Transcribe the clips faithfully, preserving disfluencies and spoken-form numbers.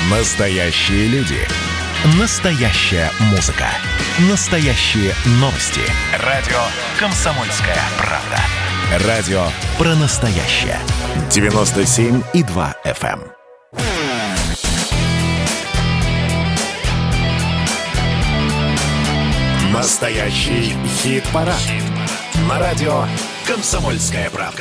Настоящие люди. Настоящая музыка. Настоящие новости. Радио «Комсомольская правда». Радио про настоящее. девяносто семь и два эф эм. Настоящий хит-парад. На радио «Комсомольская правда».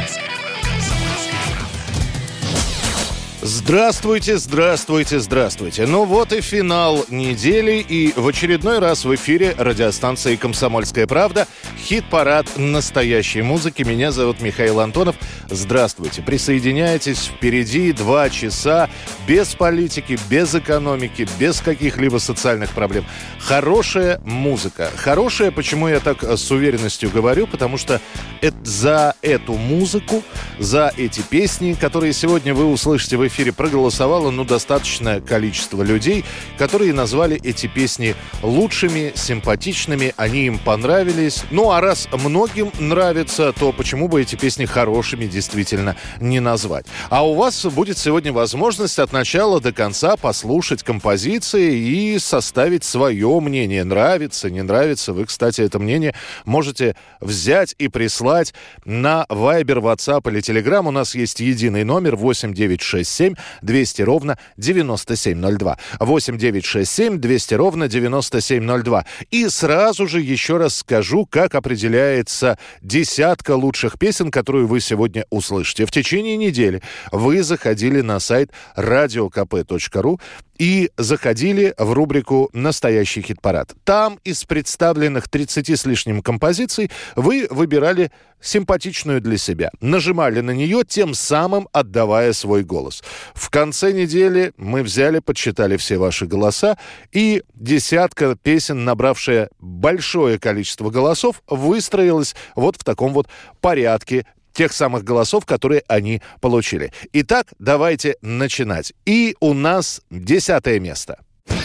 Здравствуйте, здравствуйте, здравствуйте. Ну вот и финал недели, и в очередной раз в эфире радиостанции «Комсомольская правда» хит-парад настоящей музыки. Меня зовут Михаил Антонов. Здравствуйте. Присоединяйтесь. Впереди два часа без политики, без экономики, без каких-либо социальных проблем. Хорошая музыка. Хорошая, почему я так с уверенностью говорю? Потому что это за эту музыку, за эти песни, которые сегодня вы услышите в эфире, проголосовало, ну, достаточное количество людей, которые назвали эти песни лучшими, симпатичными, они им понравились. Ну, а раз многим нравится, то почему бы эти песни хорошими действительно не назвать? А у вас будет сегодня возможность от начала до конца послушать композиции и составить свое мнение. Нравится, не нравится. Вы, кстати, это мнение можете взять и прислать на Viber, WhatsApp или Telegram. У нас есть единый номер восемь девятьсот шестьдесят семь двести ровно девяносто семь ноль два. восемь девятьсот шестьдесят семь двести ровно девяносто семь ноль два. И сразу же еще раз скажу, как определяется десятка лучших песен, которую вы сегодня услышите. В течение недели вы заходили на сайт радио ка пэ точка ру и заходили в рубрику «Настоящий хит-парад». Там из представленных тридцати с лишним композиций вы выбирали симпатичную для себя. Нажимали на нее, тем самым отдавая свой голос. В конце недели мы взяли, подсчитали все ваши голоса, и десятка песен, набравшая большое количество голосов, выстроилась вот в таком вот порядке тех самых голосов, которые они получили. Итак, давайте начинать. И у нас десятое место.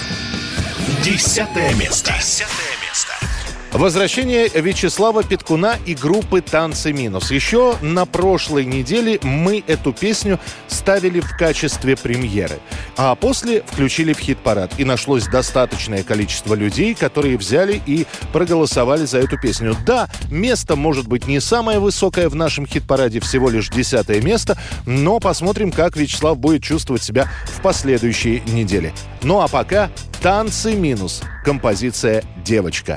Десятое место. Десятое место. Возвращение Вячеслава Петкуна и группы «Танцы минус». Еще на прошлой неделе мы эту песню ставили в качестве премьеры, а после включили в хит-парад. И нашлось достаточное количество людей, которые взяли и проголосовали за эту песню. Да, место может быть не самое высокое в нашем хит-параде, всего лишь десятое место, но посмотрим, как Вячеслав будет чувствовать себя в последующие недели. Ну а пока «Танцы минус». Композиция «Девочка».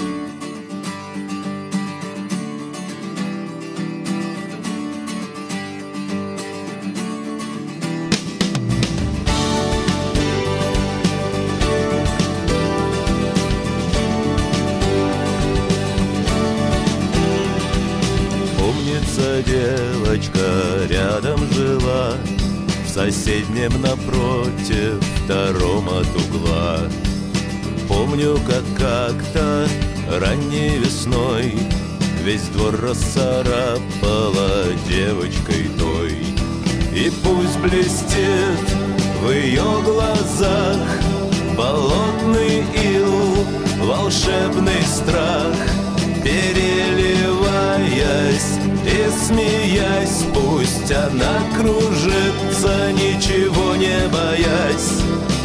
Девочка рядом жила, в соседнем напротив, втором от угла. Помню, как как-то ранней весной весь двор расцарапала девочкой той. И пусть блестит в ее глазах болотный ил, волшебный страх, переливаясь и смеясь, пусть она кружится, ничего не боясь.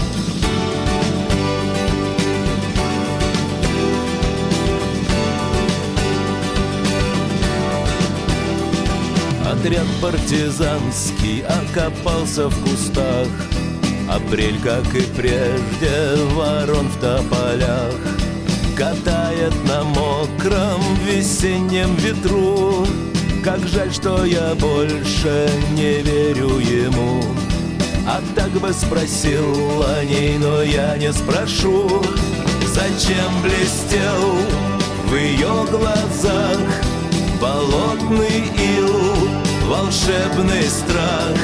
Отряд партизанский окопался в кустах. Апрель, как и прежде, ворон в тополях катает на мокром весеннем ветру. Как жаль, что я больше не верю ему. А так бы спросил о ней, но я не спрошу. Зачем блестел в ее глазах болотный ил, волшебный страх,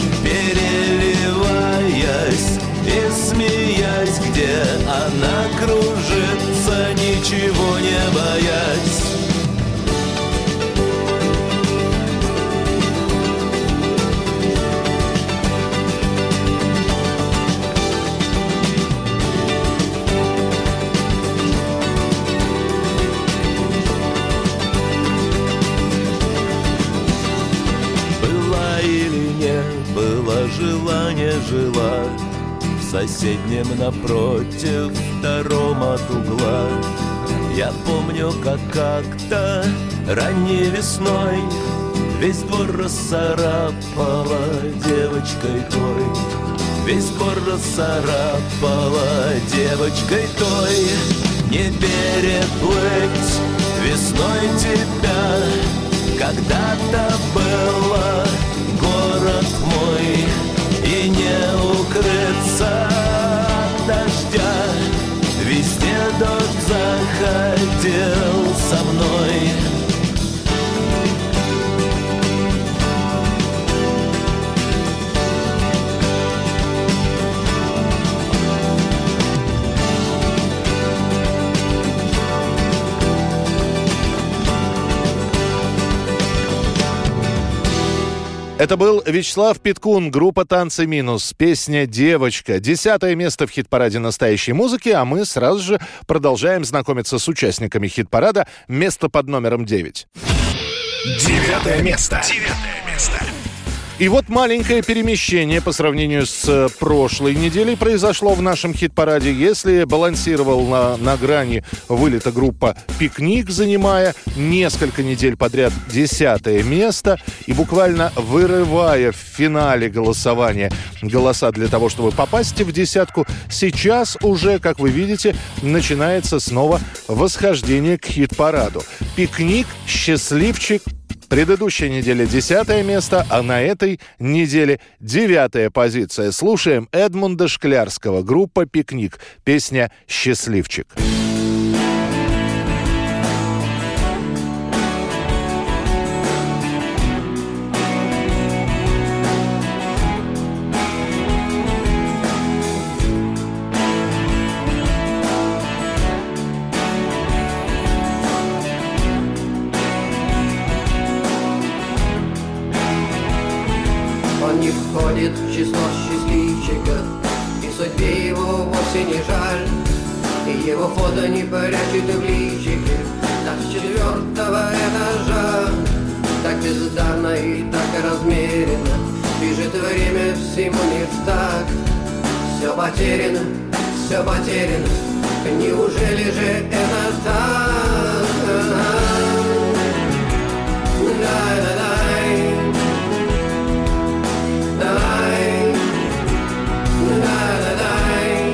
переливаясь и смеясь, где она кружится, ничего не боясь. Было или не было желание, жила в соседнем напротив втором от угла. Я помню, как как-то ранней весной весь двор расцарапала девочкой той. Весь двор расцарапала девочкой той. Не переплыть весной тебя, когда-то было город мой, и не укрыться от дождя. Везде дождь заходил со мной. Это был Вячеслав Питкун, группа «Танцы минус», песня «Девочка». Десятое место в хит-параде настоящей музыки, а мы сразу же продолжаем знакомиться с участниками хит-парада. Место под номером девять. Девятое место. Девятое место. И вот маленькое перемещение по сравнению с прошлой неделей произошло в нашем хит-параде. Если балансировал на, на грани вылета группа «Пикник», занимая несколько недель подряд десятое место и буквально вырывая в финале голосования голоса для того, чтобы попасть в десятку, сейчас уже, как вы видите, начинается снова восхождение к хит-параду. «Пикник», «Счастливчик». Предыдущая неделя десятое место, а на этой неделе девятая позиция. Слушаем Эдмунда Шклярского, группа «Пикник», песня «Счастливчик». Он не входит в число счастливчиков, и судьбе его вовсе не жаль, и его фото не прячет в личике, так с четвертого этажа. Так бездарно и так размеренно бежит время всему не в такт. Все потеряно, все потеряно, неужели же это так? Да-да-дай, дай, да-да-дай.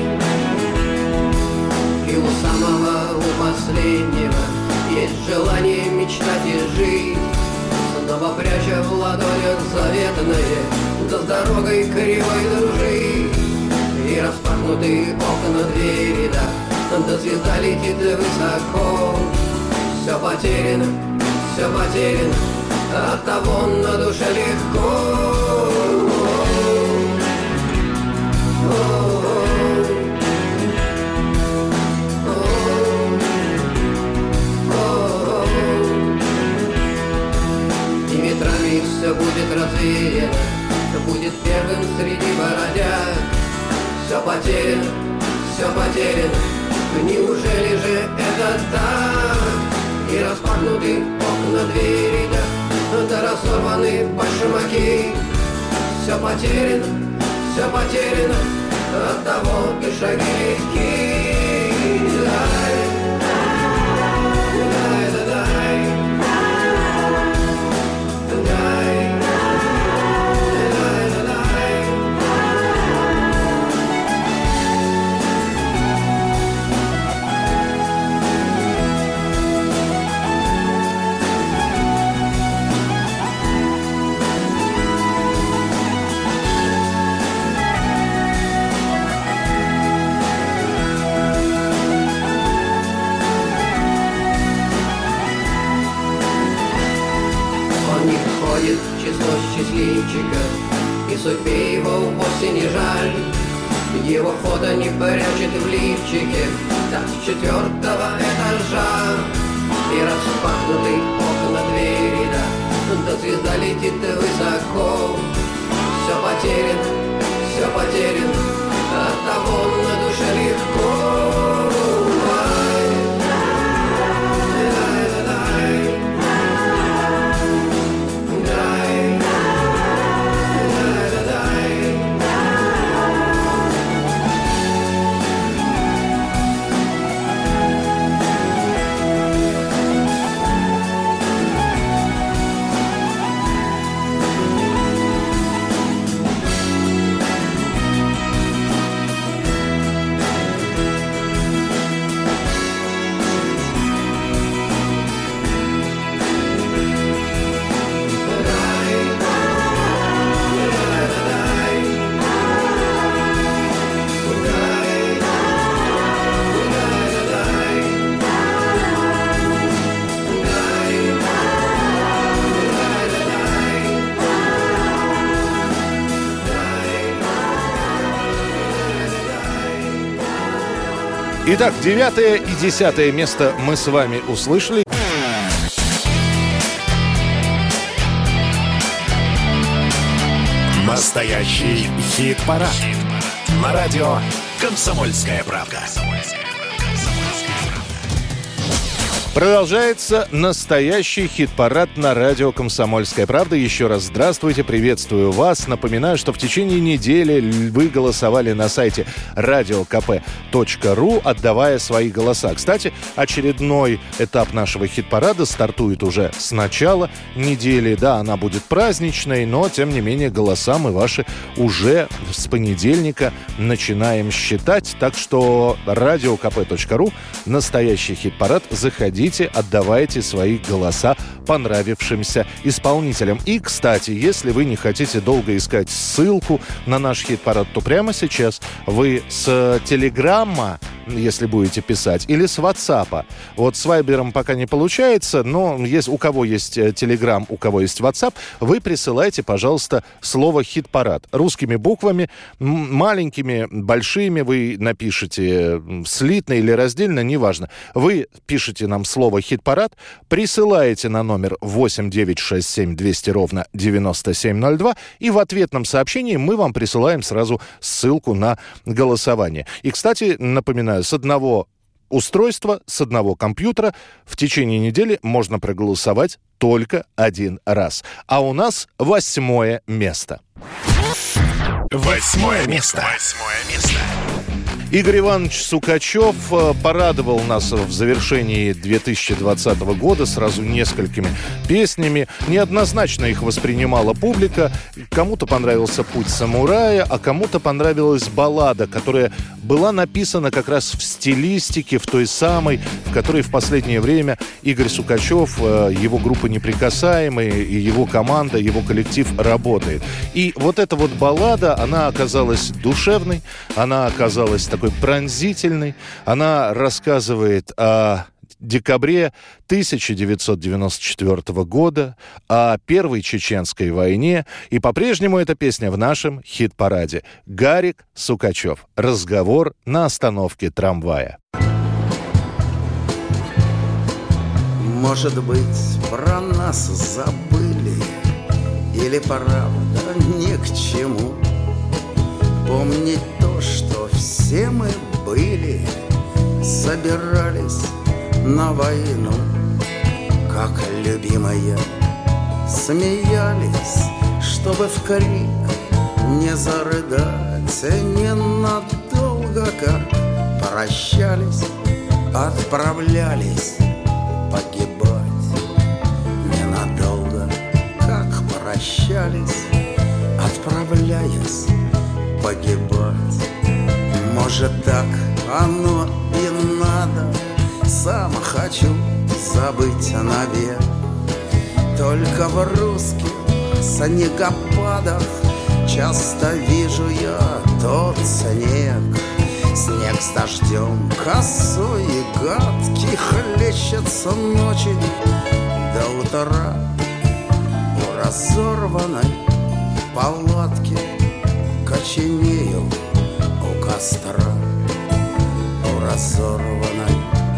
И у самого, у последнего есть желание мечтать и жить, снова пряча в ладонях заветное, да с дорогой кривой дружить. И распахнутые окна двери, да, да звезда летит высоко. Все потеряно, все потеряно, оттого на душе легко. И метрами все будет развеяно, будет первым среди бродяг. Все потеряно, все потеряно, неужели же это так? И распахнуты окна двери, да, да разорваны башмаки. Все потеряно, все потеряно, оттого и шаги легки. Дай, дай, дай, дай, дай. Входит в число счастливчиков, и судьбе его вовсе не жаль. Его фото не прячет в лифчике, так с четвертого этажа. И распахнуты окна двери, да, да звезда летит высоко. Все потеряно, все потеряно, оттого на душе легко. Итак, девятое и десятое место мы с вами услышали. Настоящий хит-парад. Хит-парад. На радио «Комсомольская правда». Продолжается настоящий хит-парад на радио «Комсомольская правда». Еще раз здравствуйте, приветствую вас. Напоминаю, что в течение недели вы голосовали на сайте радио ка пэ точка ру, отдавая свои голоса. Кстати, очередной этап нашего хит-парада стартует уже с начала недели. Да, она будет праздничной, но, тем не менее, голоса мы ваши уже с понедельника начинаем считать. Так что радио ка пэ точка ру, настоящий хит-парад, заходите. Отдавайте свои голоса понравившимся исполнителям. И, кстати, если вы не хотите долго искать ссылку на наш хит-парад, то прямо сейчас вы с Телеграма, если будете писать, или с WhatsApp. Вот с Вайбером пока не получается, но есть, у кого есть Телеграм, у кого есть WhatsApp, вы присылайте, пожалуйста, слово «хит-парад». Русскими буквами, маленькими, большими, вы напишите слитно или раздельно, неважно. Вы пишете нам слово «хит-парад», присылаете на номер восемь девятьсот шестьдесят семь двести ровно девяносто семь ноль два, и в ответном сообщении мы вам присылаем сразу ссылку на голосование. И, кстати, напоминаю, с одного устройства, с одного компьютера в течение недели можно проголосовать только один раз. А у нас восьмое место. Восьмое место. Восьмое место. Игорь Иванович Сукачев порадовал нас в завершении две тысячи двадцатого года сразу несколькими песнями. Неоднозначно их воспринимала публика. Кому-то понравился «Путь самурая», а кому-то понравилась баллада, которая была написана как раз в стилистике, в той самой, в которой в последнее время Игорь Сукачев, его группа «Неприкасаемые» и его команда, его коллектив работает. И вот эта вот баллада, она оказалась душевной, она оказалась такой пронзительной. Она рассказывает о декабре тысяча девятьсот девяносто четвёртого года, о Первой Чеченской войне. И по-прежнему эта песня в нашем хит-параде. Гарик Сукачев. «Разговор на остановке трамвая». Может быть, про нас забыли, или правда ни к чему помнить то, что все мы были, собирались на войну, как любимые, смеялись, чтобы в крик не зарыдать, ненадолго, как прощались, отправлялись погибать. Ненадолго, как прощались, отправляясь погибать. Может, так оно и надо. Сам хочу забыть навек. Только в русских снегопадах часто вижу я тот снег. Снег с дождем косой и гадкий хлещется ночи до утра. У разорванной палатки коченею у костра. У разорванной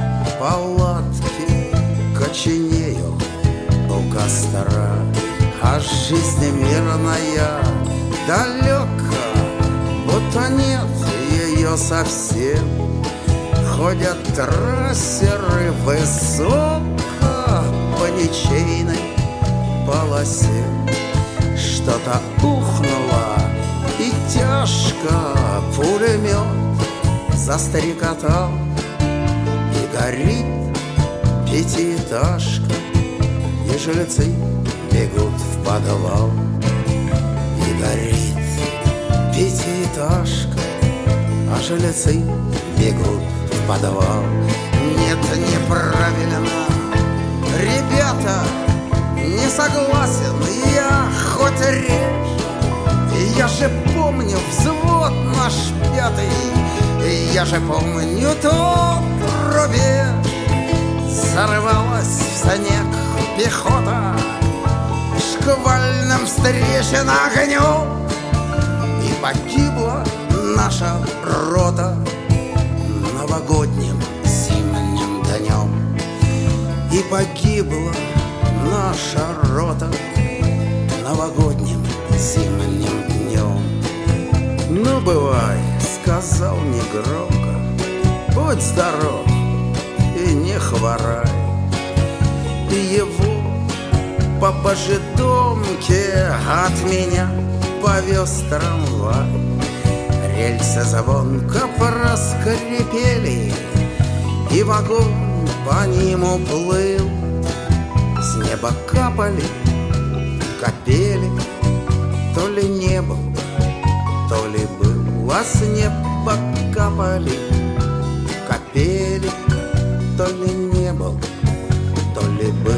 палатки коченею у костра. А жизнь мирная далека, будто нет ее совсем. Ходят трассеры высоко по ничейной полосе. Что-то ухнуло и тяжко пулемет застрекотал. И горит пятиэтажка, и жильцы бегут в подвал. И горит пятиэтажка, а жильцы бегут в подвал. Нет, неправильно, ребята, не согласен я, хоть режь. Я же помню взвод наш пятый, я же помню тот рубеж. Сорвалась в снег пехота шквальным встречен огнем, и погибла наша рота. Новогодний погибла наша рота новогодним зимним днем. Ну, бывай, сказал негромко, будь здоров и не хворай. И его по божедомке от меня повез трамвай. Рельсы звонко проскрипели, и вагон по ним уплыл. С неба капали капели, то ли не был, то ли был. А с неба капали капели, то ли не был, то ли был.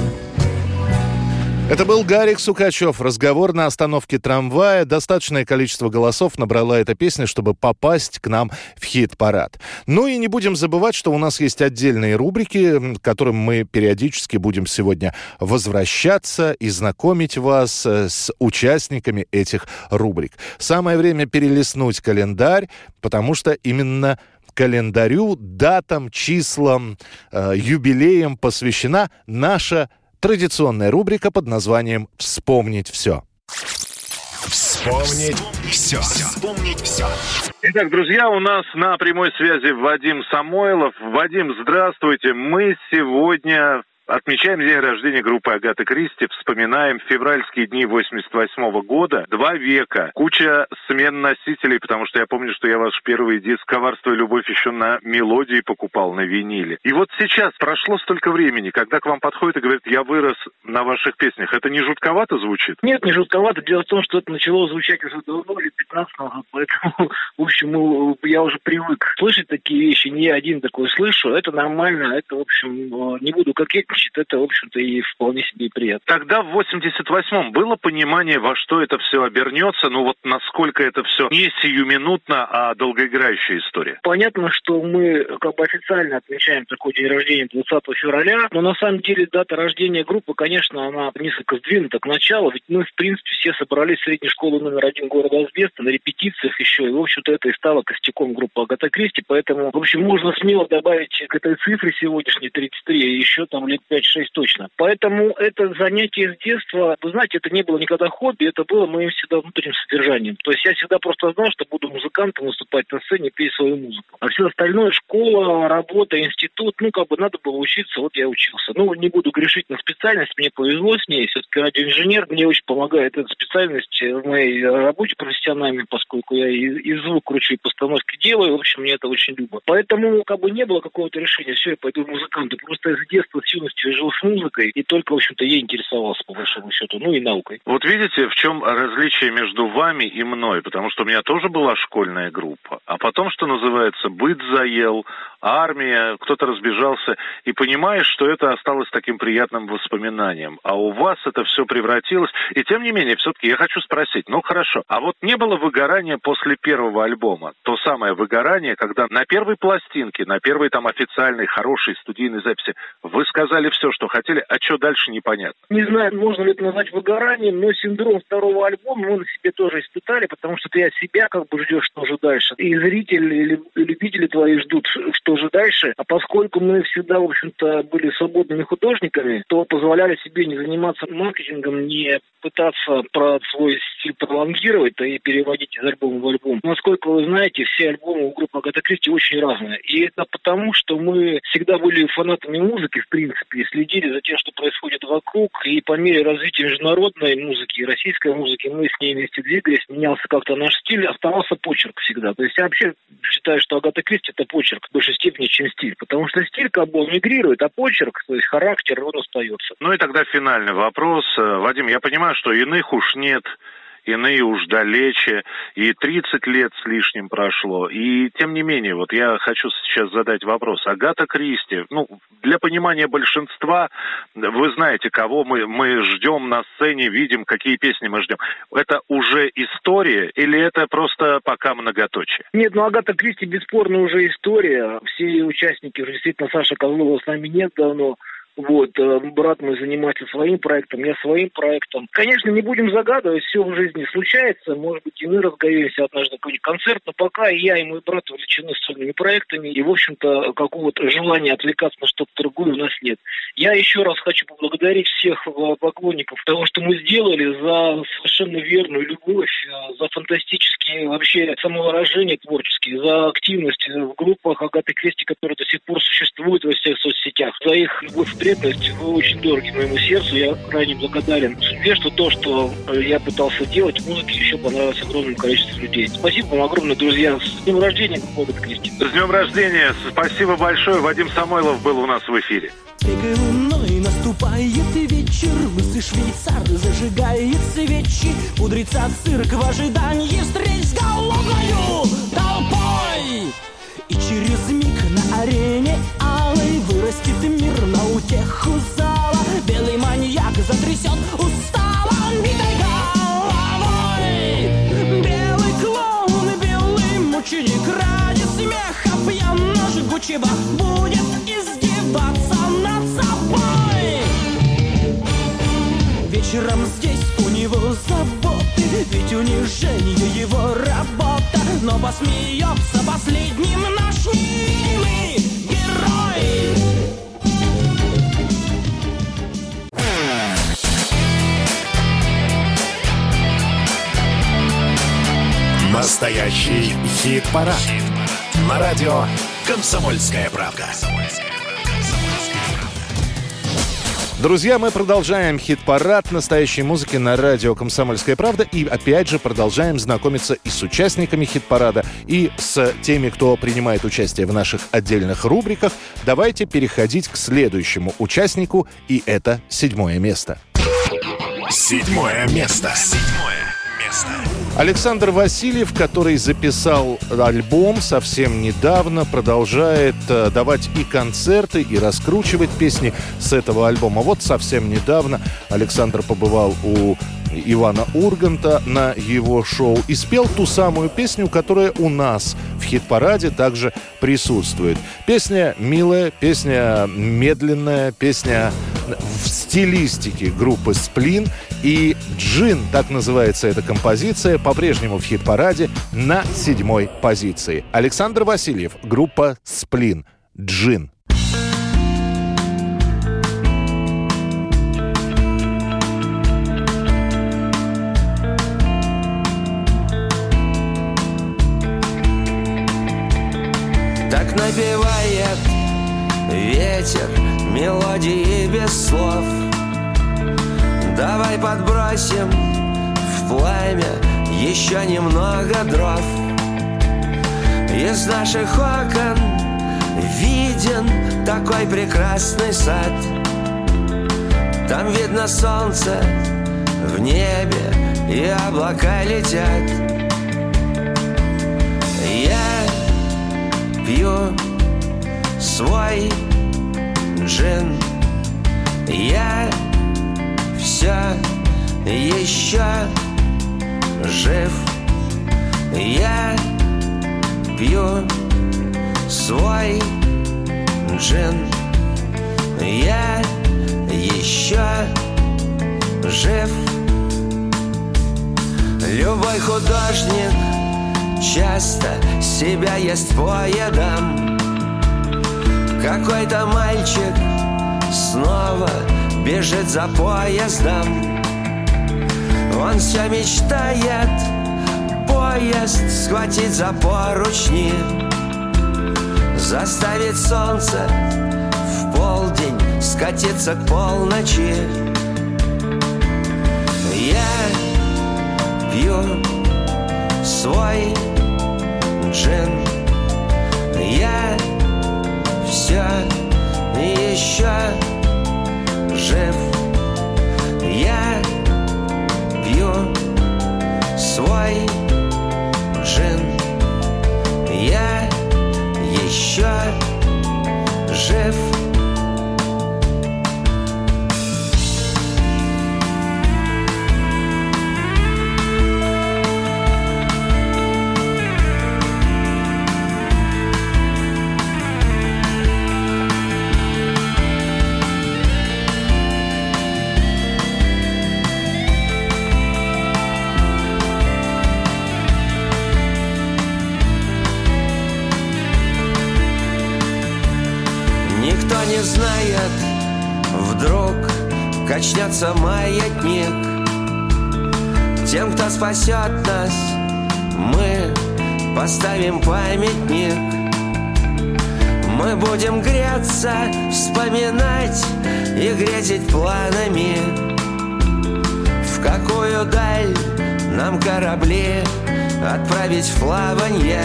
Это был Гарик Сукачев. Разговор на остановке трамвая. Достаточное количество голосов набрала эта песня, чтобы попасть к нам в хит-парад. Ну и не будем забывать, что у нас есть отдельные рубрики, к которым мы периодически будем сегодня возвращаться и знакомить вас с участниками этих рубрик. Самое время перелистнуть календарь, потому что именно календарю, датам, числам, э, юбилеям посвящена наша традиционная рубрика под названием «Вспомнить все». Вспомнить все. Вспомнить все. Итак, друзья, у нас на прямой связи Вадим Самойлов. Вадим, здравствуйте. Мы сегодня отмечаем день рождения группы Агаты Кристи, вспоминаем февральские дни восемьдесят восьмого года, два века, куча смен носителей, потому что я помню, что я ваш первый диск «Коварство и любовь» еще на мелодии покупал, на виниле. И вот сейчас прошло столько времени, когда к вам подходит и говорит: я вырос на ваших песнях. Это не жутковато звучит? Нет, не жутковато. Дело в том, что это начало звучать уже давно, лет пятнадцать назад, поэтому, в общем, я уже привык слышать такие вещи. Не я один такой слышу. Это нормально, это, в общем, не буду кокетничать. Это, в общем-то, и вполне себе приятно. Тогда в восемьдесят восьмом было понимание, во что это все обернется? Ну вот насколько это все не сиюминутно, а долгоиграющая история? Понятно, что мы как бы официально отмечаем такой день рождения двадцатого февраля, но на самом деле дата рождения группы, конечно, она несколько сдвинута к началу, ведь мы, в принципе, все собрались в средней школе номер один города Асбеста на репетициях еще, и, в общем-то, это и стало костяком группы Агата Кристи, поэтому, в общем, можно смело добавить к этой цифре сегодняшней тридцать три, еще там лет пять-шесть точно. Поэтому это занятие с детства, вы знаете, это не было никогда хобби, это было моим всегда внутренним содержанием. То есть я всегда просто знал, что буду музыкантом, выступать на сцене, петь свою музыку. А все остальное, школа, работа, институт, ну, как бы надо было учиться, вот я учился. Ну, не буду грешить на специальность, мне повезло с ней, все-таки радиоинженер, мне очень помогает эта специальность в моей работе профессиональной, поскольку я и, и звук кручу, и постановки делаю, в общем, мне это очень любо. Поэтому, как бы, не было какого-то решения, все, я пойду в музыканты. Просто я с детства, с юности жил с музыкой, и только, в общем-то, ей интересовался, по большому счету, ну и наукой. Вот видите, в чем различие между вами и мной, потому что у меня тоже была школьная группа, а потом, что называется, быт заел, армия, кто-то разбежался, и понимаешь, что это осталось таким приятным воспоминанием, а у вас это все превратилось, и тем не менее, все-таки я хочу спросить, ну хорошо, а вот не было выгорания после первого альбома, то самое выгорание, когда на первой пластинке, на первой там официальной, хорошей студийной записи вы сказали все, что хотели, а что дальше, непонятно. Не знаю, можно ли это назвать выгоранием, но синдром второго альбома мы на себе тоже испытали, потому что ты от себя как бы ждешь, что же дальше. И зрители, и любители твои ждут, что же дальше. А поскольку мы всегда, в общем-то, были свободными художниками, то позволяли себе не заниматься маркетингом, не пытаться про свой стиль пролонгировать, а и переводить из альбома в альбом. Насколько вы знаете, все альбомы у группы Агата Кристи очень разные. И это потому, что мы всегда были фанатами музыки, в принципе, и следили за тем, что происходит вокруг, и по мере развития международной музыки и российской музыки мы с ней вместе двигались, менялся как-то наш стиль, оставался почерк всегда. То есть я вообще считаю, что Агата Кристи — это почерк в большей степени, чем стиль, потому что стиль как бы он мигрирует, а почерк, то есть характер, он остается. Ну и тогда финальный вопрос. Вадим, я понимаю, что иных уж нет, иные уж далече, и тридцать лет с лишним прошло. И тем не менее, вот я хочу сейчас задать вопрос. Агата Кристи, ну, для понимания большинства, вы знаете, кого мы, мы ждем на сцене, видим, какие песни мы ждем. Это уже история или это просто пока многоточие? Нет, ну Агата Кристи бесспорно уже история. Все участники, уже действительно, Саша Козлова с нами нет давно. Вот, брат мой занимается своим проектом, я своим проектом. Конечно, не будем загадывать, все в жизни случается. Может быть, и мы разговариваемся однажды на какой-нибудь концерт, но пока и я, и мой брат увлечены сольными проектами, и, в общем-то, какого-то желания отвлекаться на что-то другое у нас нет. Я еще раз хочу поблагодарить всех поклонников того, что мы сделали, за совершенно верную любовь, за фантастические вообще самовыражения творческие, за активность в группах Агаты Кристи, которые до сих пор существуют во всех соцсетях, за их любовь и преданность. Вы очень дороги моему сердцу, я крайне благодарен судьбе, что то, что я пытался делать, музыке еще понравилось огромному количеству людей. Спасибо вам огромное, друзья. С днем рождения, Агаты Кристи. С днем рождения. Спасибо большое. Вадим Самойлов был у нас в эфире. Тихой луной наступает вечер, быстрый швейцар зажигает свечи, пудрится цирк в ожидании встреч с голодною толпой. И через миг на арене алой вырастет мир на утеху зала. Белый маньяк затрясет устало битой головой. Белый клоун, белый мученик ради смеха пьяно жгучего будет издеваться над собой. Вечером здесь у него заботы, ведь унижение его работа. Но посмеется последним наш милый герой. Настоящий хит-парад. Хит-парад. На радио «Комсомольская правда». Друзья, мы продолжаем хит-парад настоящей музыки на радио «Комсомольская правда». И опять же продолжаем знакомиться и с участниками хит-парада, и с теми, кто принимает участие в наших отдельных рубриках. Давайте переходить к следующему участнику, и это седьмое место. Седьмое место. Седьмое место. Александр Васильев, который записал альбом совсем недавно, продолжает э, давать и концерты, и раскручивать песни с этого альбома. Вот совсем недавно Александр побывал у Ивана Урганта на его шоу и спел ту самую песню, которая у нас в хит-параде также присутствует. Песня милая, песня медленная, песня в стилистике группы «Сплин». И «Джин», так называется эта композиция, по-прежнему в хит-параде на седьмой позиции. Александр Васильев, группа «Сплин», «Джин». Так напевает ветер мелодии без слов. Давай подбросим в пламя еще немного дров. Из наших окон виден такой прекрасный сад. Там видно солнце в небе, и облака летят. Я пью свой джин. Я все еще жив. Я пью свой джин. Я еще жив. Любой художник часто себя ест поедом. Какой-то мальчик снова бежит за поездом. Он все мечтает поезд схватить за поручни, заставить солнце в полдень скатиться к полночи. Я пью свой джин. Я все еще жив. Я пью свой джин. Я еще жив. не знает, вдруг качнется маятник. Тем, кто спасет нас, мы поставим памятник. Мы будем греться, вспоминать и грезить планами. В какую даль нам корабли отправить в плаванье?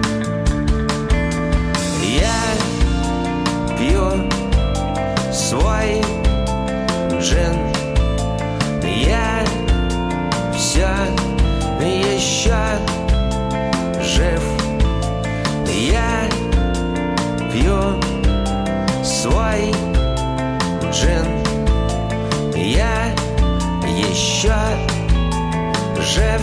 Я пью свой джин. Я все еще жив. Я пью свой джин. Я еще жив.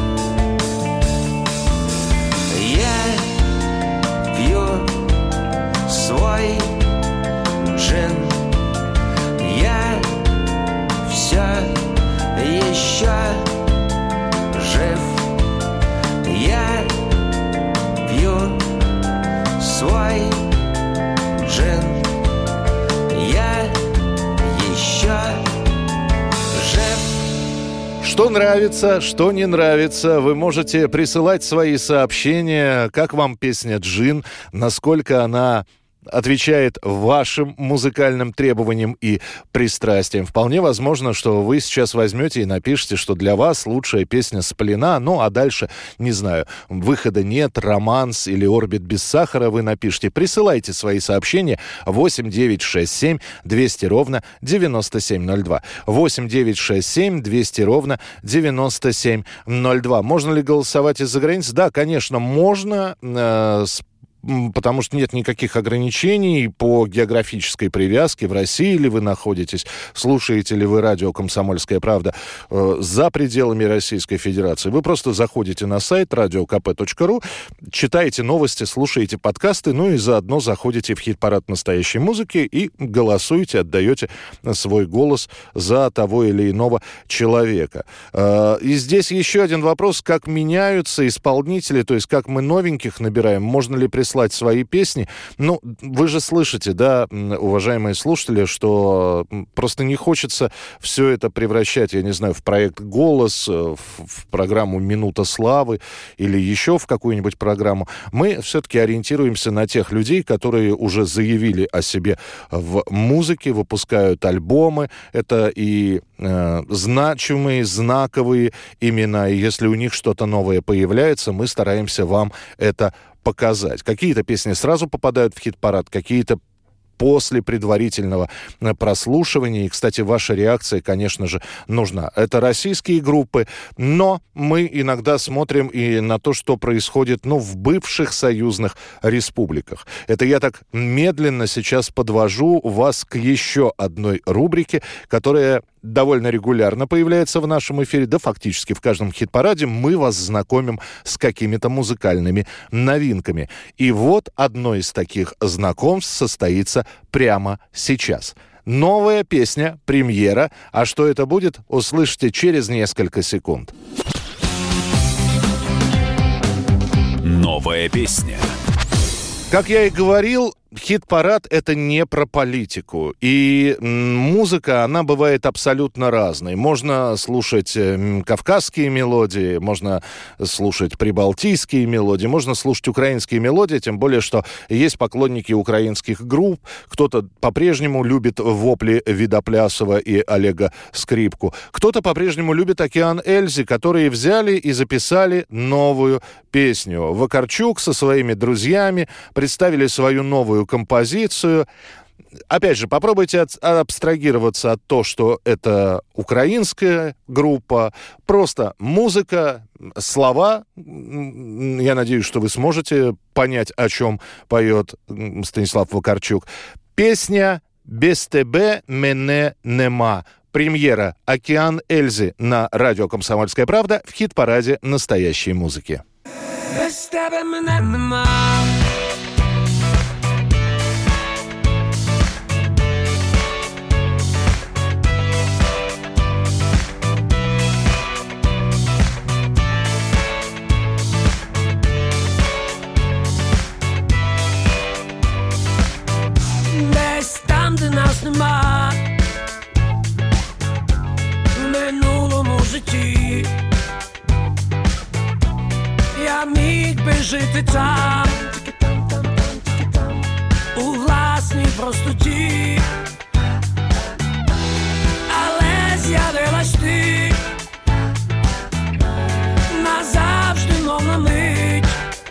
Я пью свой джин. Я все еще жив. Я пью свой джин. Я еще жив. Что нравится, что не нравится, вы можете присылать свои сообщения, как вам песня «Джин», насколько она отвечает вашим музыкальным требованиям и пристрастиям. Вполне возможно, что вы сейчас возьмете и напишите, что для вас лучшая песня «Сплина», ну а дальше, не знаю, выхода нет, «Романс» или «Орбит без сахара» вы напишите. Присылайте свои сообщения восемь девятьсот шестьдесят семь двести ровно девяносто семь ноль два. восемь девятьсот шестьдесят семь двести ровно девяносто семь ноль два. Можно ли голосовать из-за границы? Да, конечно, можно, э, с потому что нет никаких ограничений по географической привязке. В России ли вы находитесь, слушаете ли вы радио «Комсомольская правда» э, за пределами Российской Федерации. Вы просто заходите на сайт радио ка пэ точка ру, читаете новости, слушаете подкасты, ну и заодно заходите в хит-парад настоящей музыки и голосуете, отдаете свой голос за того или иного человека. Э, и здесь еще один вопрос, как меняются исполнители, то есть как мы новеньких набираем, можно ли прислать свои песни. Ну, вы же слышите, да, уважаемые слушатели, что просто не хочется все это превращать, я не знаю, в проект «Голос», в, в программу «Минута славы» или еще в какую-нибудь программу. Мы все-таки ориентируемся на тех людей, которые уже заявили о себе в музыке, выпускают альбомы. Это и э, значимые, знаковые имена. И если у них что-то новое появляется, мы стараемся вам это показать. Какие-то песни сразу попадают в хит-парад, какие-то после предварительного прослушивания. И, кстати, ваша реакция, конечно же, нужна. Это российские группы, но мы иногда смотрим и на то, что происходит, ну, в бывших союзных республиках. Это я так медленно сейчас подвожу вас к еще одной рубрике, которая довольно регулярно появляется в нашем эфире, да фактически в каждом хит-параде мы вас знакомим с какими-то музыкальными новинками. И вот одно из таких знакомств состоится прямо сейчас. Новая песня, премьера. А что это будет, услышите через несколько секунд. Новая песня. Как я и говорил, хит-парад — это не про политику. И музыка, она бывает абсолютно разной. Можно слушать кавказские мелодии, можно слушать прибалтийские мелодии, можно слушать украинские мелодии, тем более, что есть поклонники украинских групп. Кто-то по-прежнему любит вопли Видоплясова и Олега Скрипку. Кто-то по-прежнему любит «Океан Эльзи», которые взяли и записали новую песню. Вакарчук со своими друзьями представили свою новую композицию. Опять же, попробуйте от, абстрагироваться от того, что это украинская группа, просто музыка, слова. Я надеюсь, что вы сможете понять, о чем поет Станислав Вакарчук. Песня «Без тебе мене нема». Премьера «Океан Эльзи» на радио «Комсомольская правда» в хит-параде настоящей музыки. Без тебе мене нема. Без там у власній простоті, але з'явилась ти назавжди, мов на мить,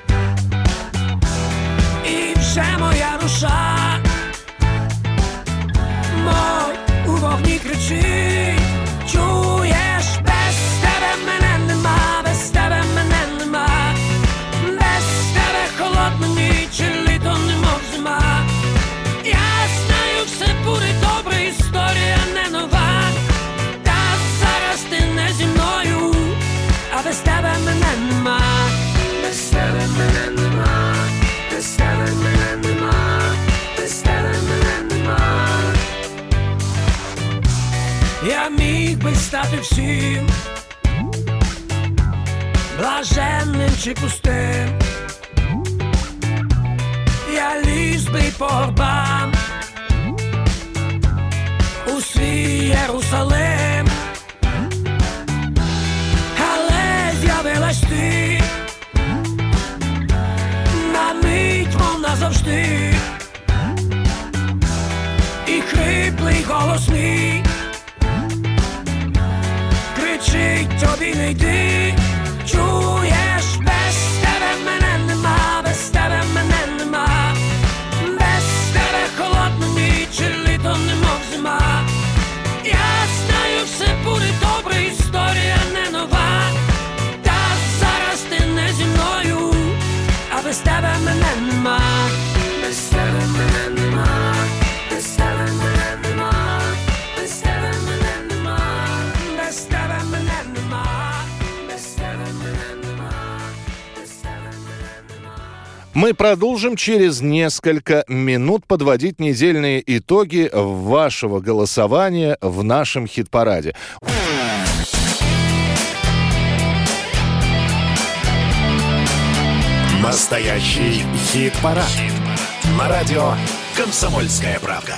і вже моя душа, мов у вогні кричить. Чуєш, без тебе мене нема, без тебе мене нема, без тебе холодна ніч, і літо немов зима. Я знаю, все буде добре, історія не нова, та зараз ти не зі мною, а без тебе мене нема, без тебе мене нема, без тебе мене нема, без тебе мене нема. Я міг би стати всім блаженним чи пустим, я ліз би по горбам у свій Єрусалим, але з'явилась ти на мить, мов назавжди, і хриплий голос мій кричить тобі не йди. Чуєш, без тебе мене нема, без тебе мене нема, без тебе холодна ніч, і літо немов зима. Я знаю, все буде добре, історія не нова, та зараз ти не зі мною, а без тебе мене нема, без тебе мене нема, без тебе мене нема, без тебе мене нема, без тебе мене нема, без тебе мене нема, без тебе мене нема. Мы продолжим через несколько минут подводить недельные итоги вашего голосования в нашем хит-параде. Настоящий хит-парад. Хит-парад. На радио «Комсомольская правда».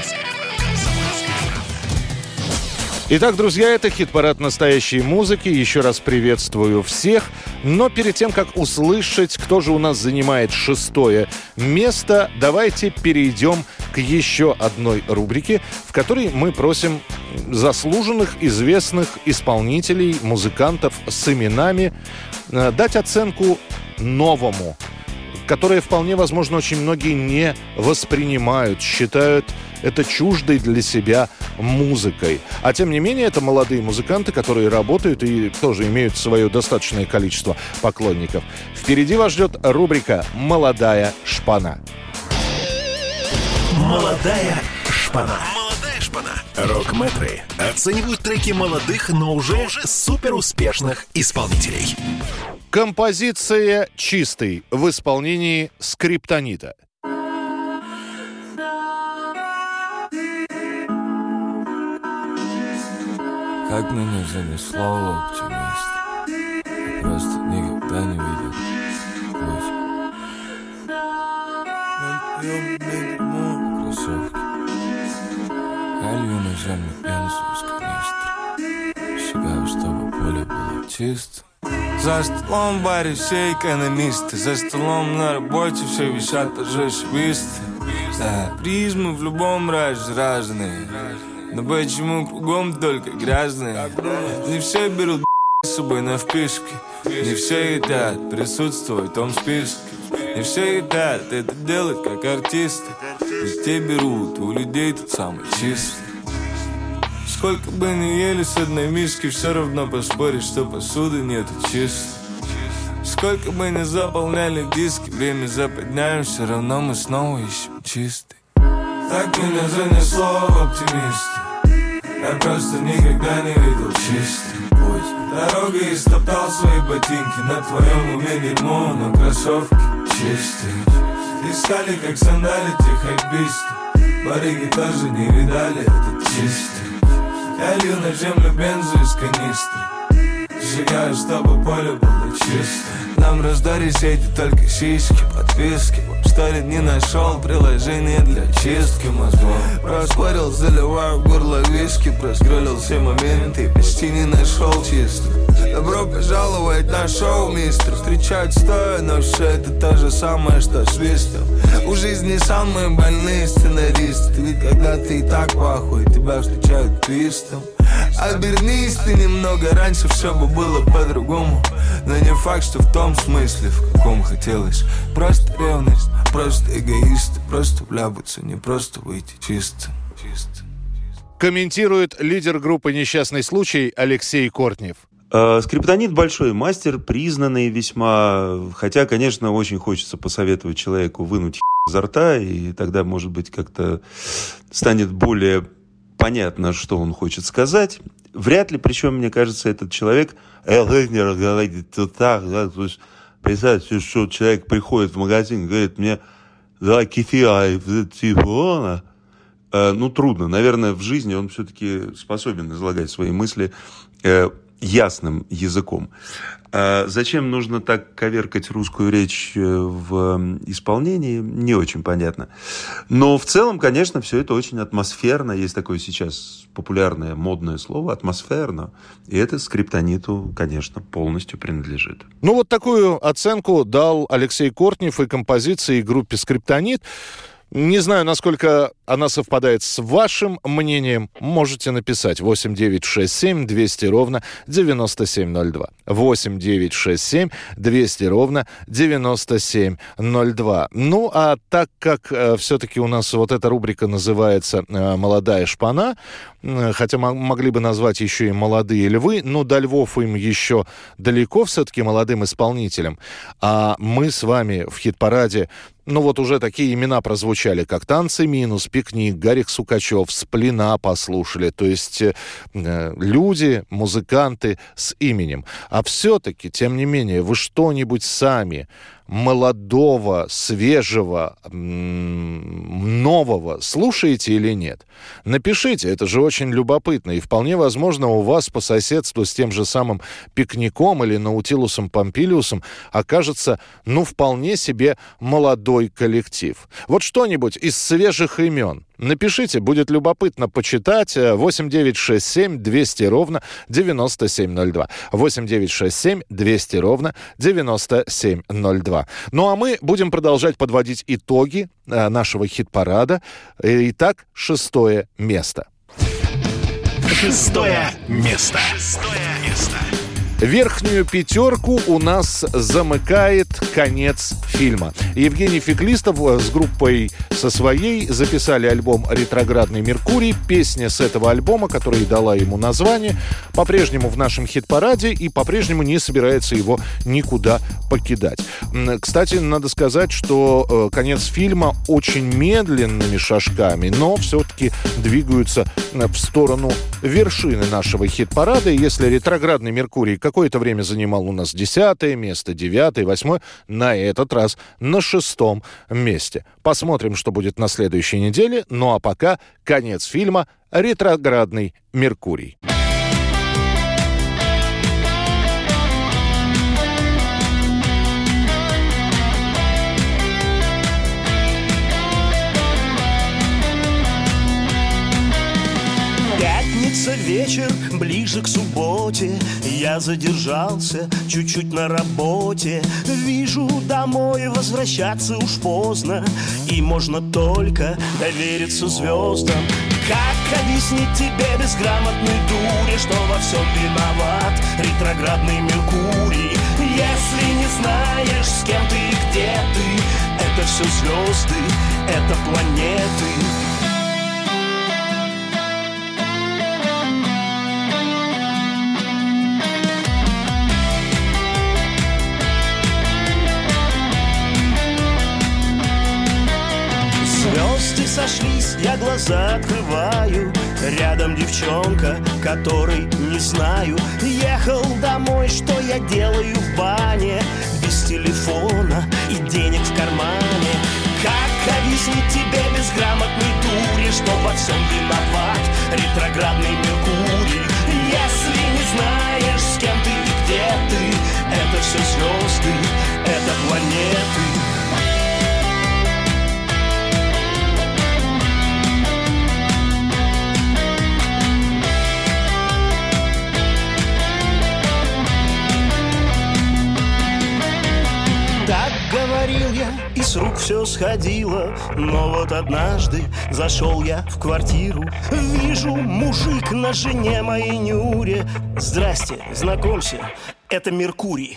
Итак, друзья, это хит-парад настоящей музыки. Еще раз приветствую всех. Но перед тем, как услышать, кто же у нас занимает шестое место, давайте перейдем к еще одной рубрике, в которой мы просим заслуженных, известных исполнителей, музыкантов с именами э, дать оценку новому, которое вполне возможно очень многие не воспринимают, считают это чуждой для себя музыкой. А тем не менее, это молодые музыканты, которые работают и тоже имеют свое достаточное количество поклонников. Впереди вас ждет рубрика «Молодая шпана». Молодая шпана. Молодая шпана. Рок-мэтры оценивают треки молодых, но уже суперуспешных исполнителей. Композиция «Чистый» в исполнении Скриптонита. Как меня занесло, оптимист, я просто никогда не видел путь. Кроссовки, я лью на землю бензу из канистры, шагаю, чтобы поле было чисто. За столом в баре все экономисты, за столом на работе все висят торжествисты. Да, призмы в любом разе разные, но почему кругом только грязные? Не все берут с собой на вписке, не все хотят присутствовать в том списке, не все хотят это делать как артисты, ведь те берут, у людей тут самый чистый. Сколько бы ни ели с одной миски, все равно поспоришь, что посуды нету чистой. Сколько бы ни заполняли диски, время западняем, все равно мы снова ищем чистый. Так меня занесло в оптимисты, я просто никогда не видел чистый путь. Дорогой истоптал свои ботинки, на твоем уме дерьмо, но кроссовки чистые. Искали, как сандалить их хайписты, барыги тоже не видали этот чистый. Я лью на землю бензу из канистры, сжигаю, чтобы поле было чисто. Нам раздали сети только сиськи, подписки. В сторе не нашел приложение для чистки мозгов. Проспорил, заливаю в горло виски, проскроллил все моменты и почти не нашел чисто. Добро пожаловать на шоу, мистер. Встречать стоя, но все это то же самое, что свистом. У жизни самые больные сценаристы. Ведь когда ты и так плохой, тебя встречают твистом. Обернись ты немного, раньше все бы было по-другому. Но не факт, что в том смысле, в каком хотелось. Просто ревность, просто эгоисты. Просто вляпаться, не просто выйти чисто, чисто. Комментирует лидер группы «Несчастный случай» Алексей Кортнев. Скриптонит большой мастер, признанный весьма. Хотя, конечно, очень хочется посоветовать человеку вынуть изо рта, и тогда, может быть, как-то станет более понятно, что он хочет сказать. Вряд ли, причем, мне кажется, этот человек говорит так, да, то есть представьте, что человек приходит в магазин и говорит мне: да, кефира из телефона. Ну, трудно. Наверное, в жизни он все-таки способен излагать свои мысли ясным языком. А зачем нужно так коверкать русскую речь в исполнении, не очень понятно. Но в целом, конечно, все это очень атмосферно. Есть такое сейчас популярное модное слово «атмосферно». И это скриптониту, конечно, полностью принадлежит. Ну, вот такую оценку дал Алексей Кортнев и композиции группе «Скриптонит». Не знаю, насколько она совпадает с вашим мнением. Можете написать восемь девятьсот шестьдесят семь двести ровно девяносто семь ноль два. восемь девятьсот шестьдесят семь двести ровно девяносто семь ноль два. Ну, а так как э, все-таки у нас вот эта рубрика называется э, «Молодая шпана», э, хотя м- могли бы назвать еще и «Молодые львы», но до львов им еще далеко все-таки молодым исполнителям. А мы с вами в хит-параде, ну вот уже такие имена прозвучали, как «Танцы минус», «Пикник», Гарик Сукачев, «Сплина» послушали. То есть э, люди, музыканты с именем. А все-таки, тем не менее, вы что-нибудь сами молодого, свежего, нового слушаете или нет? Напишите, это же очень любопытно. И вполне возможно, у вас по соседству с тем же самым «Пикником» или «Наутилусом Помпилиусом» окажется, ну, вполне себе молодой коллектив. Вот что-нибудь из свежих имен напишите, будет любопытно почитать. восемь девятьсот шестьдесят семь двести ровно девяносто семь ноль два. восемь девятьсот шестьдесят семь двести ровно девяносто семь ноль два. Ну а мы будем продолжать подводить итоги э, нашего хит-парада. Итак, шестое место. Шестое место. Шестое место. Верхнюю пятерку у нас замыкает конец фильма. Евгений Феклистов с группой со своей записали альбом «Ретроградный Меркурий». Песня с этого альбома, которая и дала ему название, по-прежнему в нашем хит-параде и по-прежнему не собирается его никуда покидать. Кстати, надо сказать, что конец фильма очень медленными шажками, но все-таки двигаются в сторону вершины нашего хит-парада. И если «Ретроградный Меркурий» какое-то время занимал у нас десятое место, девятое, восьмое, на этот раз на шестом месте. Посмотрим, что будет на следующей неделе. Ну а пока конец фильма «Ретроградный Меркурий». Вечер ближе к субботе, я задержался чуть-чуть на работе. Вижу, домой возвращаться уж поздно, и можно только довериться звездам. Как объяснить тебе, безграмотной дуре, что во всем виноват ретроградный Меркурий? Если не знаешь, с кем ты и где ты, это все звезды, это планеты. Звезды сошлись, я глаза открываю. Рядом девчонка, которой не знаю. Ехал домой, что я делаю в бане, без телефона и денег в кармане. Как объяснить тебе, безграмотной дуре, что во всем виноват ретроградный Меркурий? Если не знаешь, с кем ты и где ты, это все звезды, это планеты. вдруг все сходило. Но вот однажды зашел я в квартиру, вижу, мужик на жене моей Нюре. Здрасте, знакомься, это Меркурий.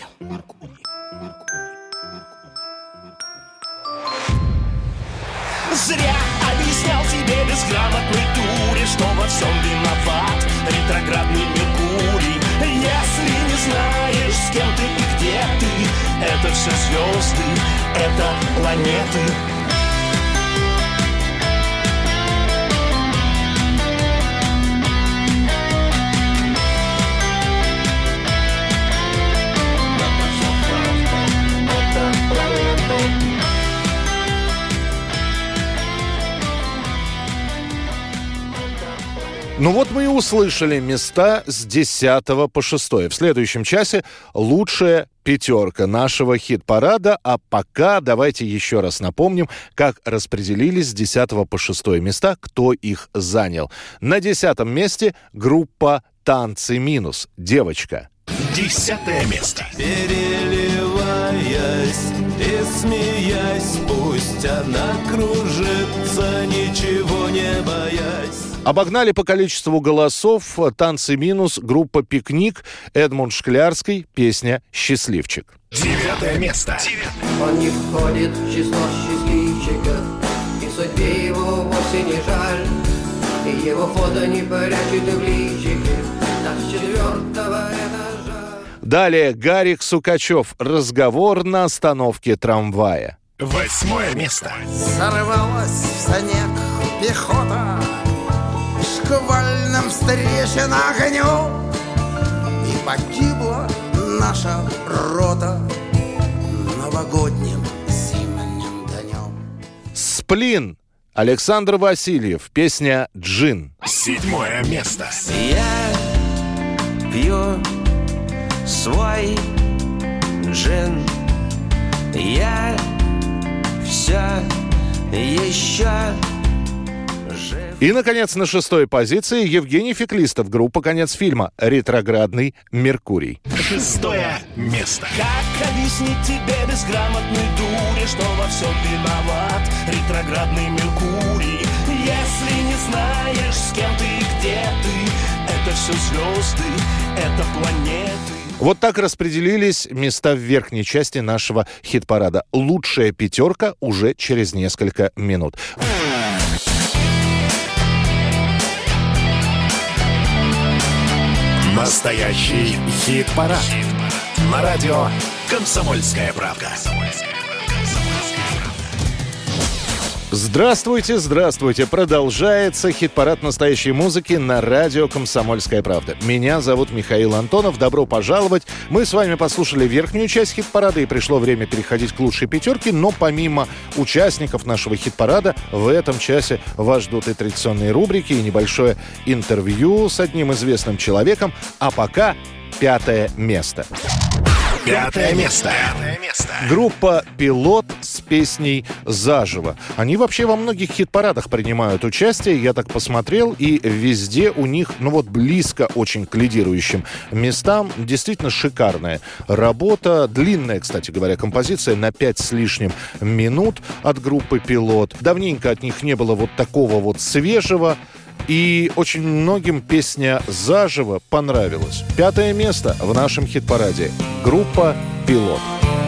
Зря объяснял тебе безграмотной дуре, что во всем виноват ретроградный Меркурий. Если не знаешь, с кем ты и где ты, это все звезды, это планеты. Ну вот мы и услышали места с десятого по шестое. В следующем часе лучшая пятерка нашего хит-парада. А пока давайте еще раз напомним, как распределились с десятого по шестое места, кто их занял. На десятом месте группа «Танцы минус». «Девочка». Десятое место. Переливаясь и смеясь, пусть она кружится, ничего не боясь. Обогнали по количеству голосов «Танцы минус» группа «Пикник», Эдмунд Шклярский, песня «Счастливчик». Девятое место. Он не входит в число счастливчиков, и судьбе его вовсе не жаль, и его фото не прячут в личике, так с четвертого этажа. Далее Гарик Сукачев, «Разговор на остановке трамвая». Восьмое место. Сорвалась в снег пехота, шквальным встречен огнем, и погибла наша рота новогодним зимним днем. «Сплин», Александр Васильев, песня «Джин». Седьмое место. Я пью свой джин, я все еще жив. И, наконец, на шестой позиции Евгений Феклистов, группа «Конец фильма», «Ретроградный Меркурий». Шестое место. Как объяснить тебе безграмотной дуре, что во всем виноват ретроградный Меркурий? Если не знаешь, с кем ты и где ты, это все звезды, это планеты. Вот так распределились места в верхней части нашего хит-парада. Лучшая пятерка уже через несколько минут. Настоящий хит-парад. На радио «Комсомольская правда». Здравствуйте, здравствуйте. Продолжается хит-парад настоящей музыки на радио «Комсомольская правда». Меня зовут Михаил Антонов. Добро пожаловать. Мы с вами послушали верхнюю часть хит-парада, и пришло время переходить к лучшей пятерке. Но помимо участников нашего хит-парада, в этом часе вас ждут и традиционные рубрики, и небольшое интервью с одним известным человеком. А пока пятое место. Пятое место. Пятое место. Группа «Пилот» с песней «Заживо». Они вообще во многих хит-парадах принимают участие. Я так посмотрел, и везде у них, ну вот, близко очень к лидирующим местам. Действительно шикарная работа. Длинная, кстати говоря, композиция на пять с лишним минут от группы «Пилот». Давненько от них не было вот такого вот свежего. И очень многим песня «Заживо» понравилась. Пятое место в нашем хит-параде. Группа «Пилот».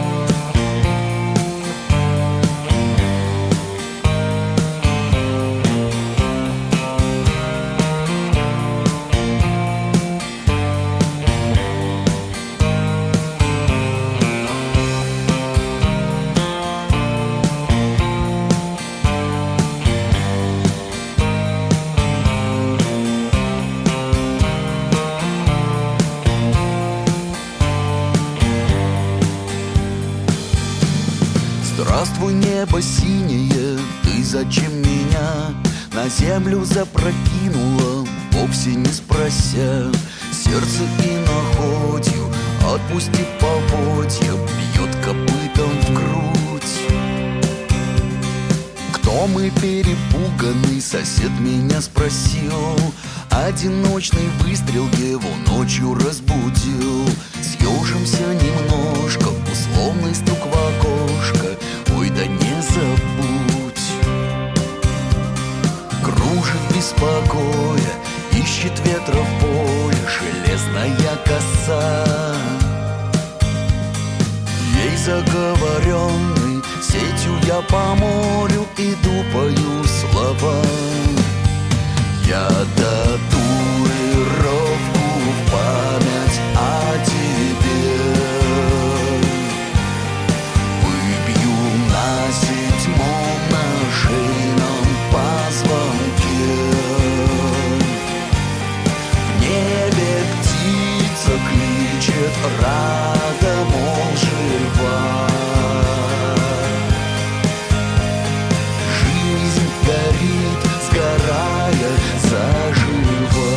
Здравствуй, небо синее, ты зачем меня на землю запрокинула, вовсе не спрося? Сердце и находью, отпусти поводья, бьет копытом в грудь. Кто мы, перепуганный сосед меня спросил, одиночный выстрел его ночью разбудил. Съежимся немножко, условный стук в окошко, ой, да не за ищет ветра в поле железная коса. Ей заговоренной сетью я по морю иду, пою слова. Я татуировку в память о тебе выбью на седьмом на шейном позвонке. В небе птица кличет, рада, мол, жива. Жизнь горит, сгорая заживо.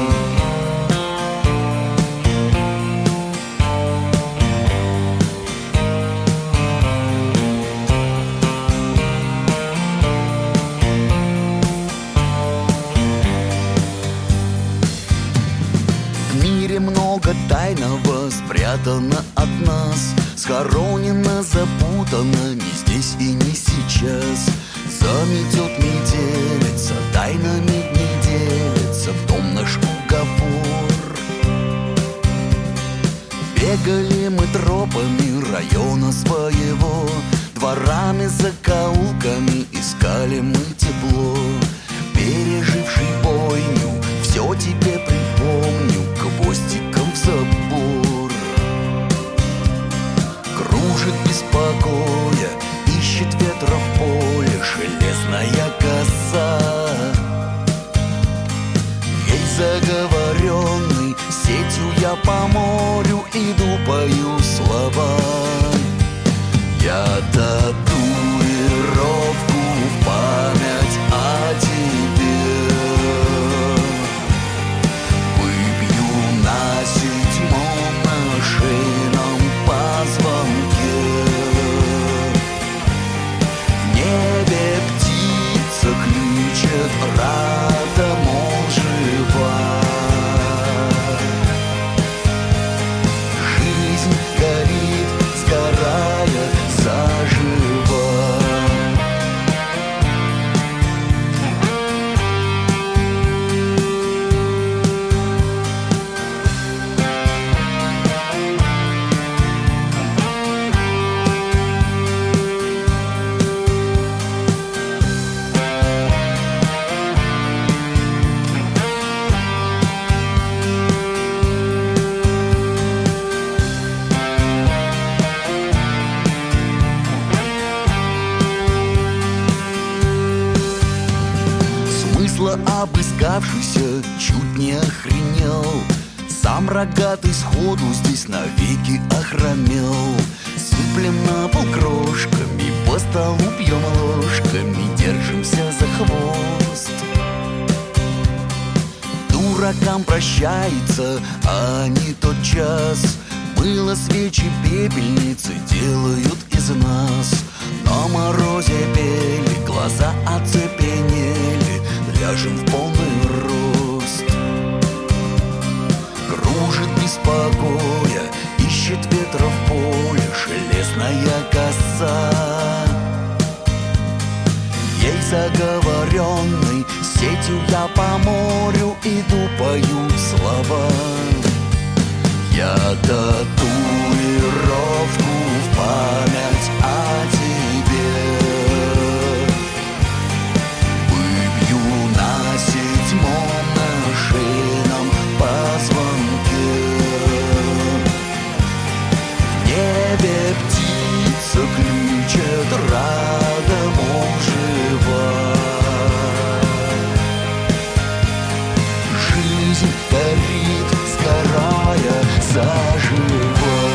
В мире много тайного спрятано от нас, схоронено, запутано не здесь и не сейчас. Заметет метелица, тайнами не делится в том наш уговор. Бегали мы тропами района своего, дворами, закоулками искали мы тепло. Переживший бойню, все тебе припомню, гвоздиком в забор. Кружит без покоя, ищет ветра в поле железная коса. Ей заговоренной сетью я по морю иду, пою слова. Я татуировку в память о тебе выбью на седьмом на шейном позвонке. В небе птица кличет, рада, мол, жива. Жизнь горит, сгорая заживо. Смысла обыскавшийся чуть не охренел. Сам рогатый сходу здесь навеки охромел. Сыплем на пол крошками, по столу пьем ложками, держимся за хвост. Дуракам прощается, а не тот час. Было свечи, пепельницы делают из нас. На морозе пели, глаза оцепенели, ляжем в полный рост. Кружит без покоя, ищет ветра в поле железная коса. Ей заговоренной сетью я по морю иду, пою слова. Я татуировку в память о тебе выбью на седьмом на шейном позвонке. В небе птица кличет, рада, мол, жива. Жизнь горит, сгорая заживо.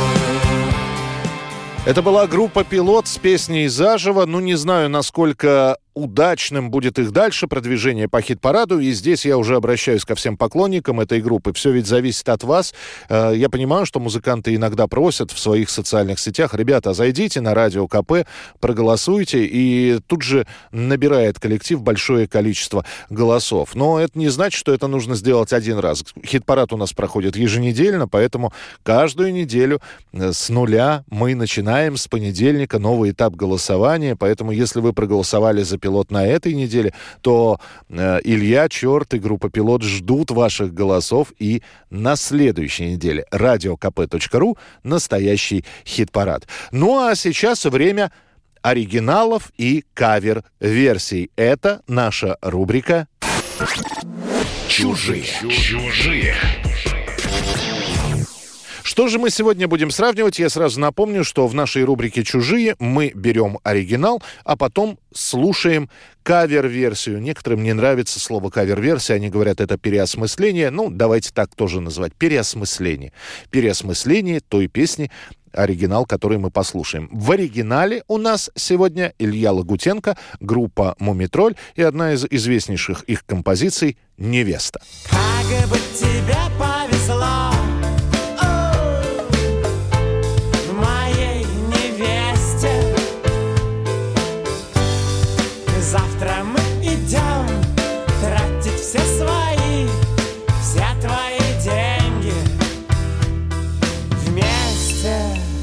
Это была группа «Пилот» с песней «Заживо». Ну, не знаю, насколько удачным будет их дальше продвижение по хит-параду. И здесь я уже обращаюсь ко всем поклонникам этой группы. Все ведь зависит от вас. Я понимаю, что музыканты иногда просят в своих социальных сетях: ребята, зайдите на Радио КП, проголосуйте. И тут же набирает коллектив большое количество голосов. Но это не значит, что это нужно сделать один раз. Хит-парад у нас проходит еженедельно, поэтому каждую неделю с нуля мы начинаем с понедельника новый этап голосования. Поэтому если вы проголосовали за «Пилот» на этой неделе, то э, Илья Черт и группа «Пилот» ждут ваших голосов и на следующей неделе. радио ка пэ точка ру — настоящий хит-парад. Ну а сейчас время оригиналов и кавер-версий. Это наша рубрика «Чужие». Чужие. Что же мы сегодня будем сравнивать? Я сразу напомню, что в нашей рубрике «Чужие» мы берем оригинал, а потом слушаем кавер-версию. Некоторым не нравится слово «кавер-версия», они говорят, это переосмысление. Ну, давайте так тоже называть. Переосмысление. Переосмысление той песни, оригинал, который мы послушаем. В оригинале у нас сегодня Илья Лагутенко, группа «Мумитроль» и одна из известнейших их композиций «Невеста». Как бы тебе повезло, моей невесте. Завтра мы идем тратить все свои, все твои деньги вместе.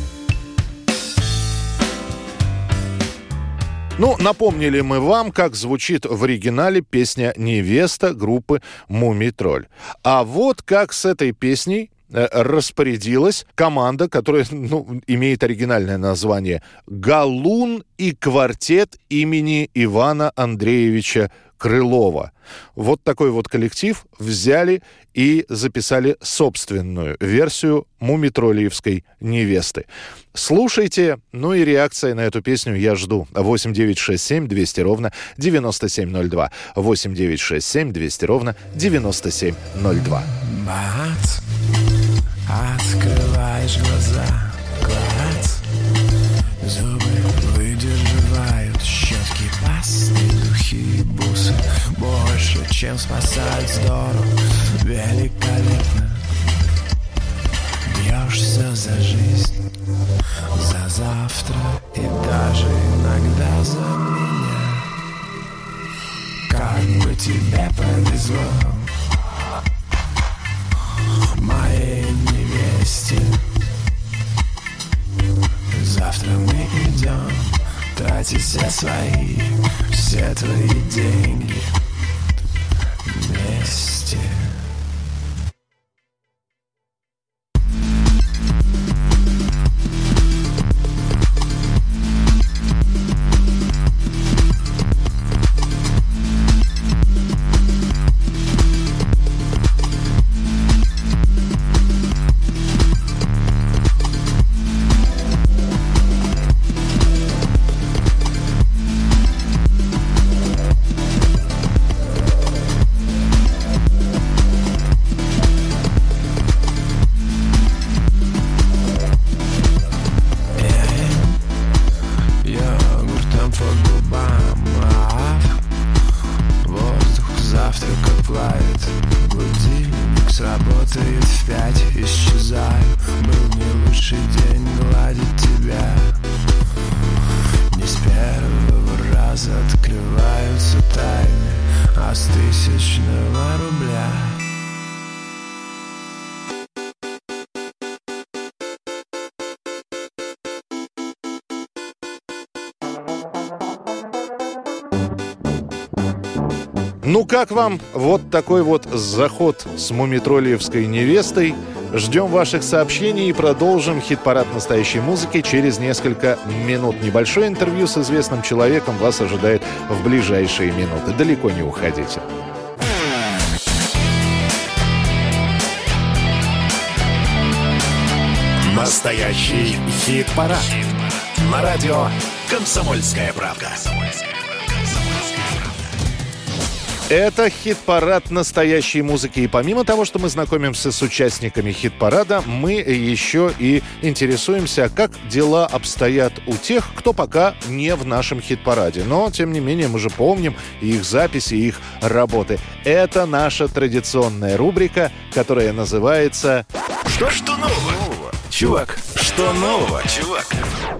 Ну, напомнили мы вам, как звучит в оригинале песня «Невеста» группы «Мумитроль». А вот как с этой песней э, распорядилась команда, которая, ну, имеет оригинальное название «Галун и квартет имени Ивана Андреевича Крылова». Вот такой вот коллектив взяли и записали собственную версию мумитролиевской «Невесты». Слушайте, ну и реакция на эту песню я жду. восемь девять шесть семь двести ровно девяносто семь ноль два. восемь девять шесть семь двести ровно девяносто семь ноль два. Бац, открываешь глаза, клац, зубы выдерживают щетки, пасты, духи и бусы. Больше, чем спасать, здорово, великолепно. Бьешься за жизнь, за завтра и даже иногда за меня. Как бы тебе повезло, моей невесте. Завтра мы идем тратить все свои, все твои деньги вместе. Сработает в пять, исчезаю. Был не лучший день гладить тебя. Не с первого раза открываются тайны, а с тысячного рубля. Ну как вам вот такой вот заход с мумитролиевской невестой? Ждем ваших сообщений и продолжим хит-парад настоящей музыки через несколько минут. Небольшое интервью с известным человеком вас ожидает в ближайшие минуты. Далеко не уходите. Настоящий хит-парад. На радио «Комсомольская правда». Это хит-парад настоящей музыки. И помимо того, что мы знакомимся с участниками хит-парада, мы еще и интересуемся, как дела обстоят у тех, кто пока не в нашем хит-параде. Но, тем не менее, мы же помним их записи, их работы. Это наша традиционная рубрика, которая называется «Что, что нового? Чувак, что нового, чувак?»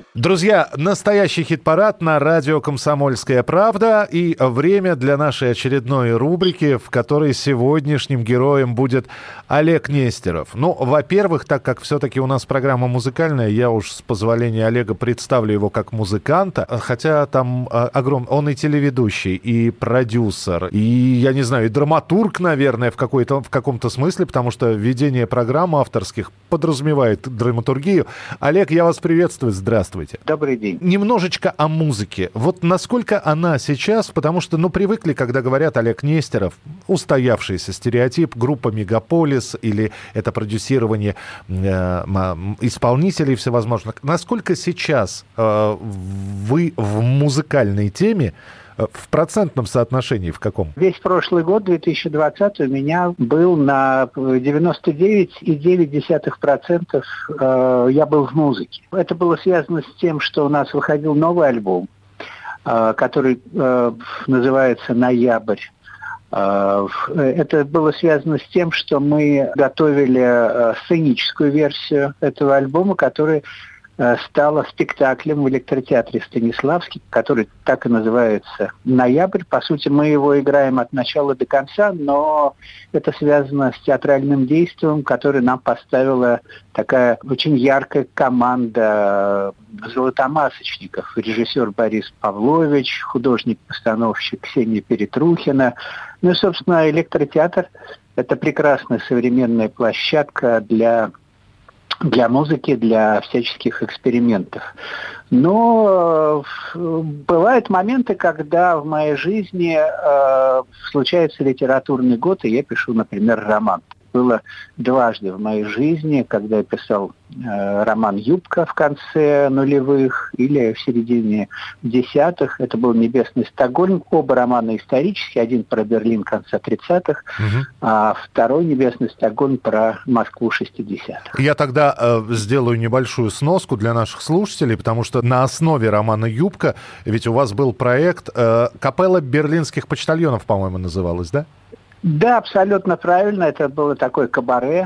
Друзья, настоящий хит-парад на радио «Комсомольская правда». И время для нашей очередной рубрики, в которой сегодняшним героем будет Олег Нестеров. Ну, во-первых, так как все-таки у нас программа музыкальная, я уж с позволения Олега представлю его как музыканта. Хотя там огромный... Он и телеведущий, и продюсер, и, я не знаю, и драматург, наверное, в, какой-то, в каком-то смысле, потому что ведение программ авторских подразумевает драматургию. Олег, я вас приветствую. Здравствуйте. Добрый день. Немножечко о музыке. Вот насколько она сейчас, потому что, ну, привыкли, когда говорят Олег Нестеров, устоявшийся стереотип, группа «Мегаполис» или это продюсирование э, исполнителей всевозможных. Насколько сейчас э, вы в музыкальной теме, в процентном соотношении в каком? Весь прошлый год, две тысячи двадцатый, у меня был на девяносто девять целых девять десятых процента э, я был в музыке. Это было связано с тем, что у нас выходил новый альбом, э, который э, называется «Ноябрь». Э, это было связано с тем, что мы готовили э, сценическую версию этого альбома, который стала спектаклем в электротеатре Станиславский, который так и называется «Ноябрь». По сути, мы его играем от начала до конца, но это связано с театральным действием, которое нам поставила такая очень яркая команда золотомасочников. Режиссер Борис Павлович, художник-постановщик Ксения Перетрухина. Ну и, собственно, электротеатр – это прекрасная современная площадка для... для музыки, для всяческих экспериментов. Но э, бывают моменты, когда в моей жизни э, случается литературный год, и я пишу, например, роман. Было дважды в моей жизни, когда я писал э, роман «Юбка» в конце нулевых или в середине десятых. Это был «Небесный Стокгольм». Оба романа исторические. Один про Берлин конца тридцатых, угу. а второй «Небесный Стокгольм» про Москву шестидесятых. Я тогда э, сделаю небольшую сноску для наших слушателей, потому что на основе романа «Юбка» ведь у вас был проект э, «Капелла берлинских почтальонов», по-моему, называлась, да? Да, абсолютно правильно. Это было такое кабаре.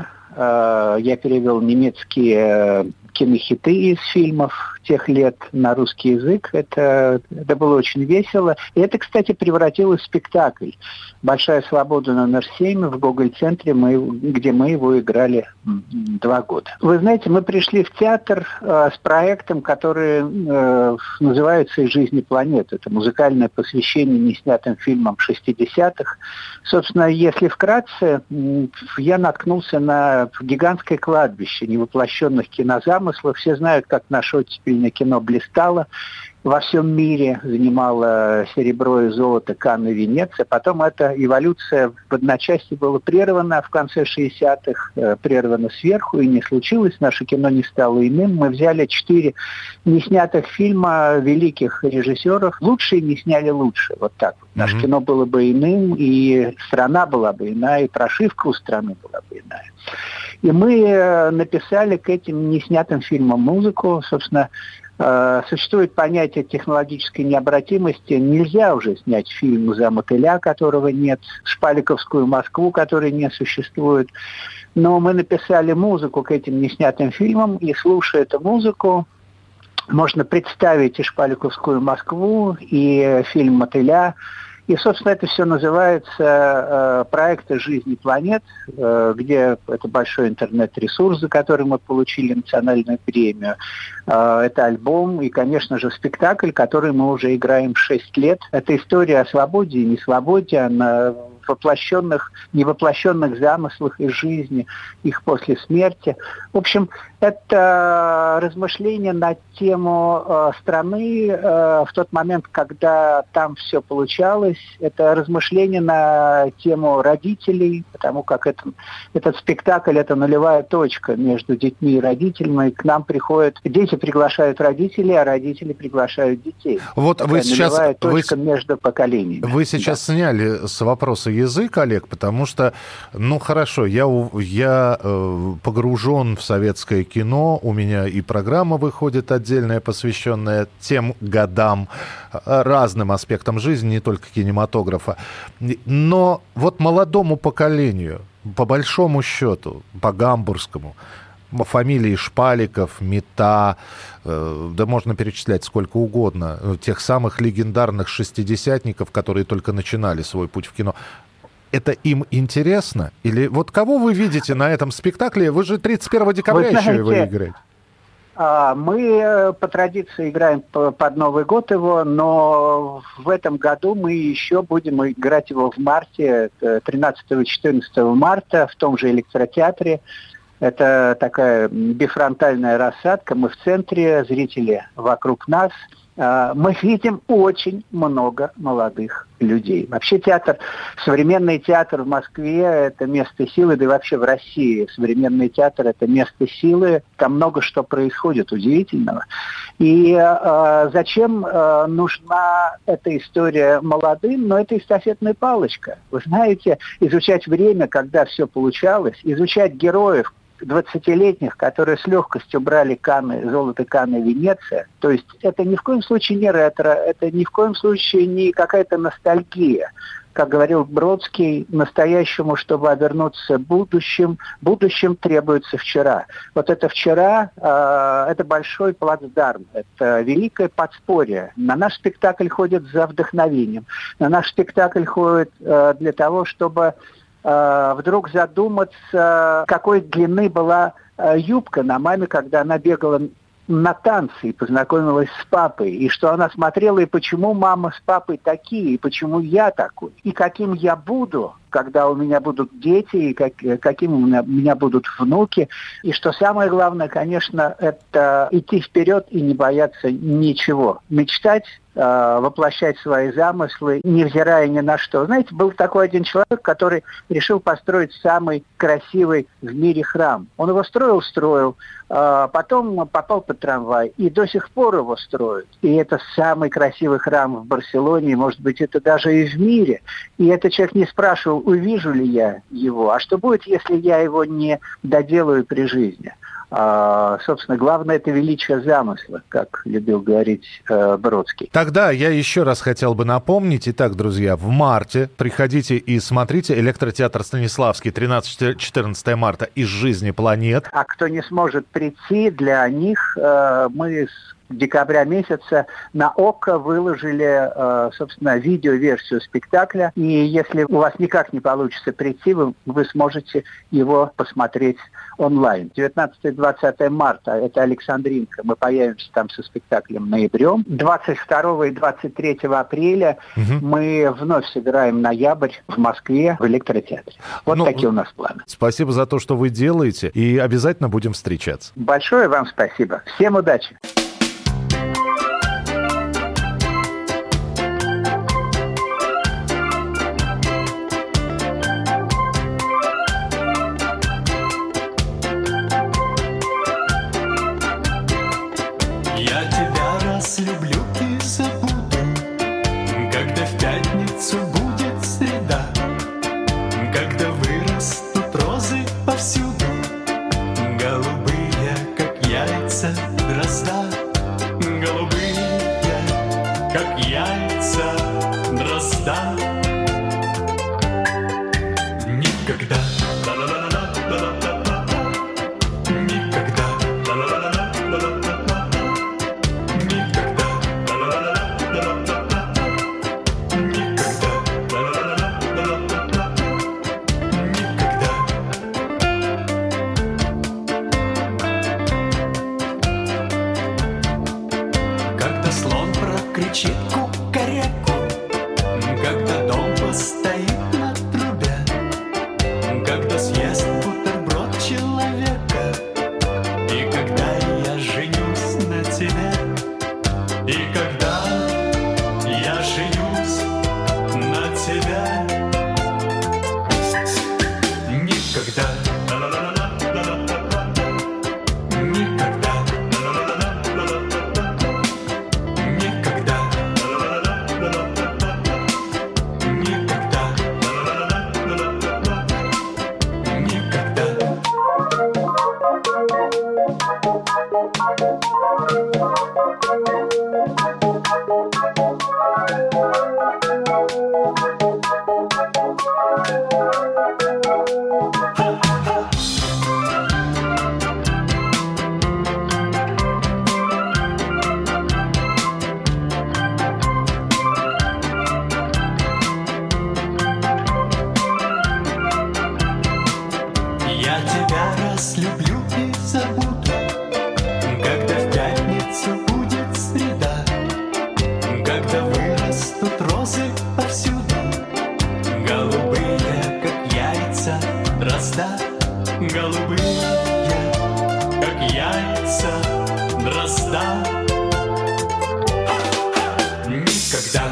Я перевел немецкие кинохиты из фильмов тех лет на русский язык. Это, это было очень весело. И это, кстати, превратилось в спектакль. «Большая свобода» номер семь в Гоголь-центре, мы, где мы его играли два года. Вы знаете, мы пришли в театр э, с проектом, который э, называется «Из жизни планеты». Это музыкальное посвящение неснятым фильмам шестидесятых. Собственно, если вкратце, я наткнулся на гигантское кладбище невоплощенных кинозамыслов. Все знают, как наше оттепельное кино блистало во всем мире, занимала серебро и золото Канн и Венеция. Потом эта эволюция в одночасье была прервана в конце шестидесятых, прервана сверху, и не случилось. Наше кино не стало иным. Мы взяли четыре неснятых фильма великих режиссеров. Лучшие не сняли лучше. Вот так вот. Mm-hmm. Наше кино было бы иным, и страна была бы иная, и прошивка у страны была бы иная. И мы написали к этим неснятым фильмам музыку. Собственно, существует понятие технологической необратимости. Нельзя уже снять фильм «За мотыля», которого нет, «Шпаликовскую Москву», которой не существует. Но мы написали музыку к этим неснятым фильмам, и, слушая эту музыку, можно представить и «Шпаликовскую Москву», и фильм «Мотыля». И, собственно, это все называется э, проекты «Жизни планет», э, где это большой интернет-ресурс, за который мы получили национальную премию. Э, это альбом и, конечно же, спектакль, который мы уже играем шесть лет. Это история о свободе и несвободе, о воплощенных, невоплощенных замыслах из жизни, их после смерти. В общем, это размышления на тему э, страны э, в тот момент, когда там все получалось. Это размышления на тему родителей, потому как это, этот спектакль – это нулевая точка между детьми и родителями. И к нам приходят, дети приглашают родителей, а родители приглашают детей. Вот вы сейчас, нулевая точка вы, между поколениями. Вы сейчас да. сняли с вопроса язык, Олег, потому что, ну хорошо, я, я э, погружен в советское кино, у меня и программа выходит отдельная, посвященная тем годам, разным аспектам жизни, не только кинематографа. Но вот молодому поколению, по большому счету, по гамбургскому, фамилии Шпаликов, Мета, э, да можно перечислять сколько угодно, тех самых легендарных шестидесятников, которые только начинали свой путь в кино. Это им интересно? Или вот кого вы видите на этом спектакле? Вы же тридцать первого декабря вы еще знаете, его играете. Мы по традиции играем под Новый год его, но в этом году мы еще будем играть его в марте, тринадцатого-четырнадцатого марта, в том же электротеатре. Это такая бифронтальная рассадка, мы в центре, зрители вокруг нас. Мы видим очень много молодых людей. Вообще театр, современный театр в Москве – это место силы, да и вообще в России современный театр – это место силы. Там много что происходит удивительного. И э, зачем э, нужна эта история молодым? Но это эстафетная палочка. Вы знаете, изучать время, когда все получалось, изучать героев, двадцатилетних, которые с легкостью брали Канны, золото Канны, Венеция. То есть это ни в коем случае не ретро, это ни в коем случае не какая-то ностальгия. Как говорил Бродский, настоящему, чтобы обернуться будущим, будущим требуется вчера. Вот это вчера, э, это большой плацдарм, это великое подспорье. На наш спектакль ходят за вдохновением, на наш спектакль ходят э, для того, чтобы вдруг задуматься, какой длины была юбка на маме, когда она бегала на танцы и познакомилась с папой, и что она смотрела, и почему мама с папой такие, и почему я такой, и каким я буду, когда у меня будут дети, и как, каким у меня, у меня будут внуки. И что самое главное, конечно, это идти вперед и не бояться ничего. Мечтать, э, воплощать свои замыслы, невзирая ни на что. Знаете, был такой один человек, который решил построить самый красивый в мире храм. Он его строил, строил, э, потом попал под трамвай, и до сих пор его строят. И это самый красивый храм в Барселоне, может быть, это даже и в мире. И этот человек не спрашивал, увижу ли я его, а что будет, если я его не доделаю при жизни. А, собственно, главное – это величие замысла, как любил говорить э, Бродский. Тогда я еще раз хотел бы напомнить. Итак, друзья, в марте приходите и смотрите электротеатр Станиславский, тринадцатого-четырнадцатого марта «Из жизни планет». А кто не сможет прийти, для них э, мы с декабря месяца на ОККО выложили, э, собственно, видеоверсию спектакля. И если у вас никак не получится прийти, вы, вы сможете его посмотреть онлайн. девятнадцатого-двадцатого марта это Александринка. Мы появимся там со спектаклем ноябрем. двадцать второго и двадцать третьего апреля угу. мы вновь сыграем «Ноябрь» в Москве в электротеатре. Вот ну, такие у нас планы. Спасибо за то, что вы делаете. И обязательно будем встречаться. Большое вам спасибо. Всем удачи. Люблю и забуду, когда в пятницу будет среда, когда вырастут розы повсюду, голубые, как яйца дрозда, голубые, как яйца дрозда. Никогда, кричит кукареку, когда дом розы повсюду, голубые, как яйца, дрозда. Голубые, как яйца, дрозда. Никогда,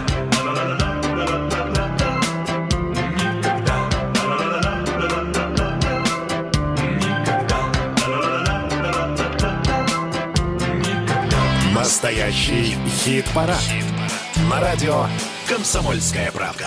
Настоящий хит-парад. На радио «Комсомольская правда».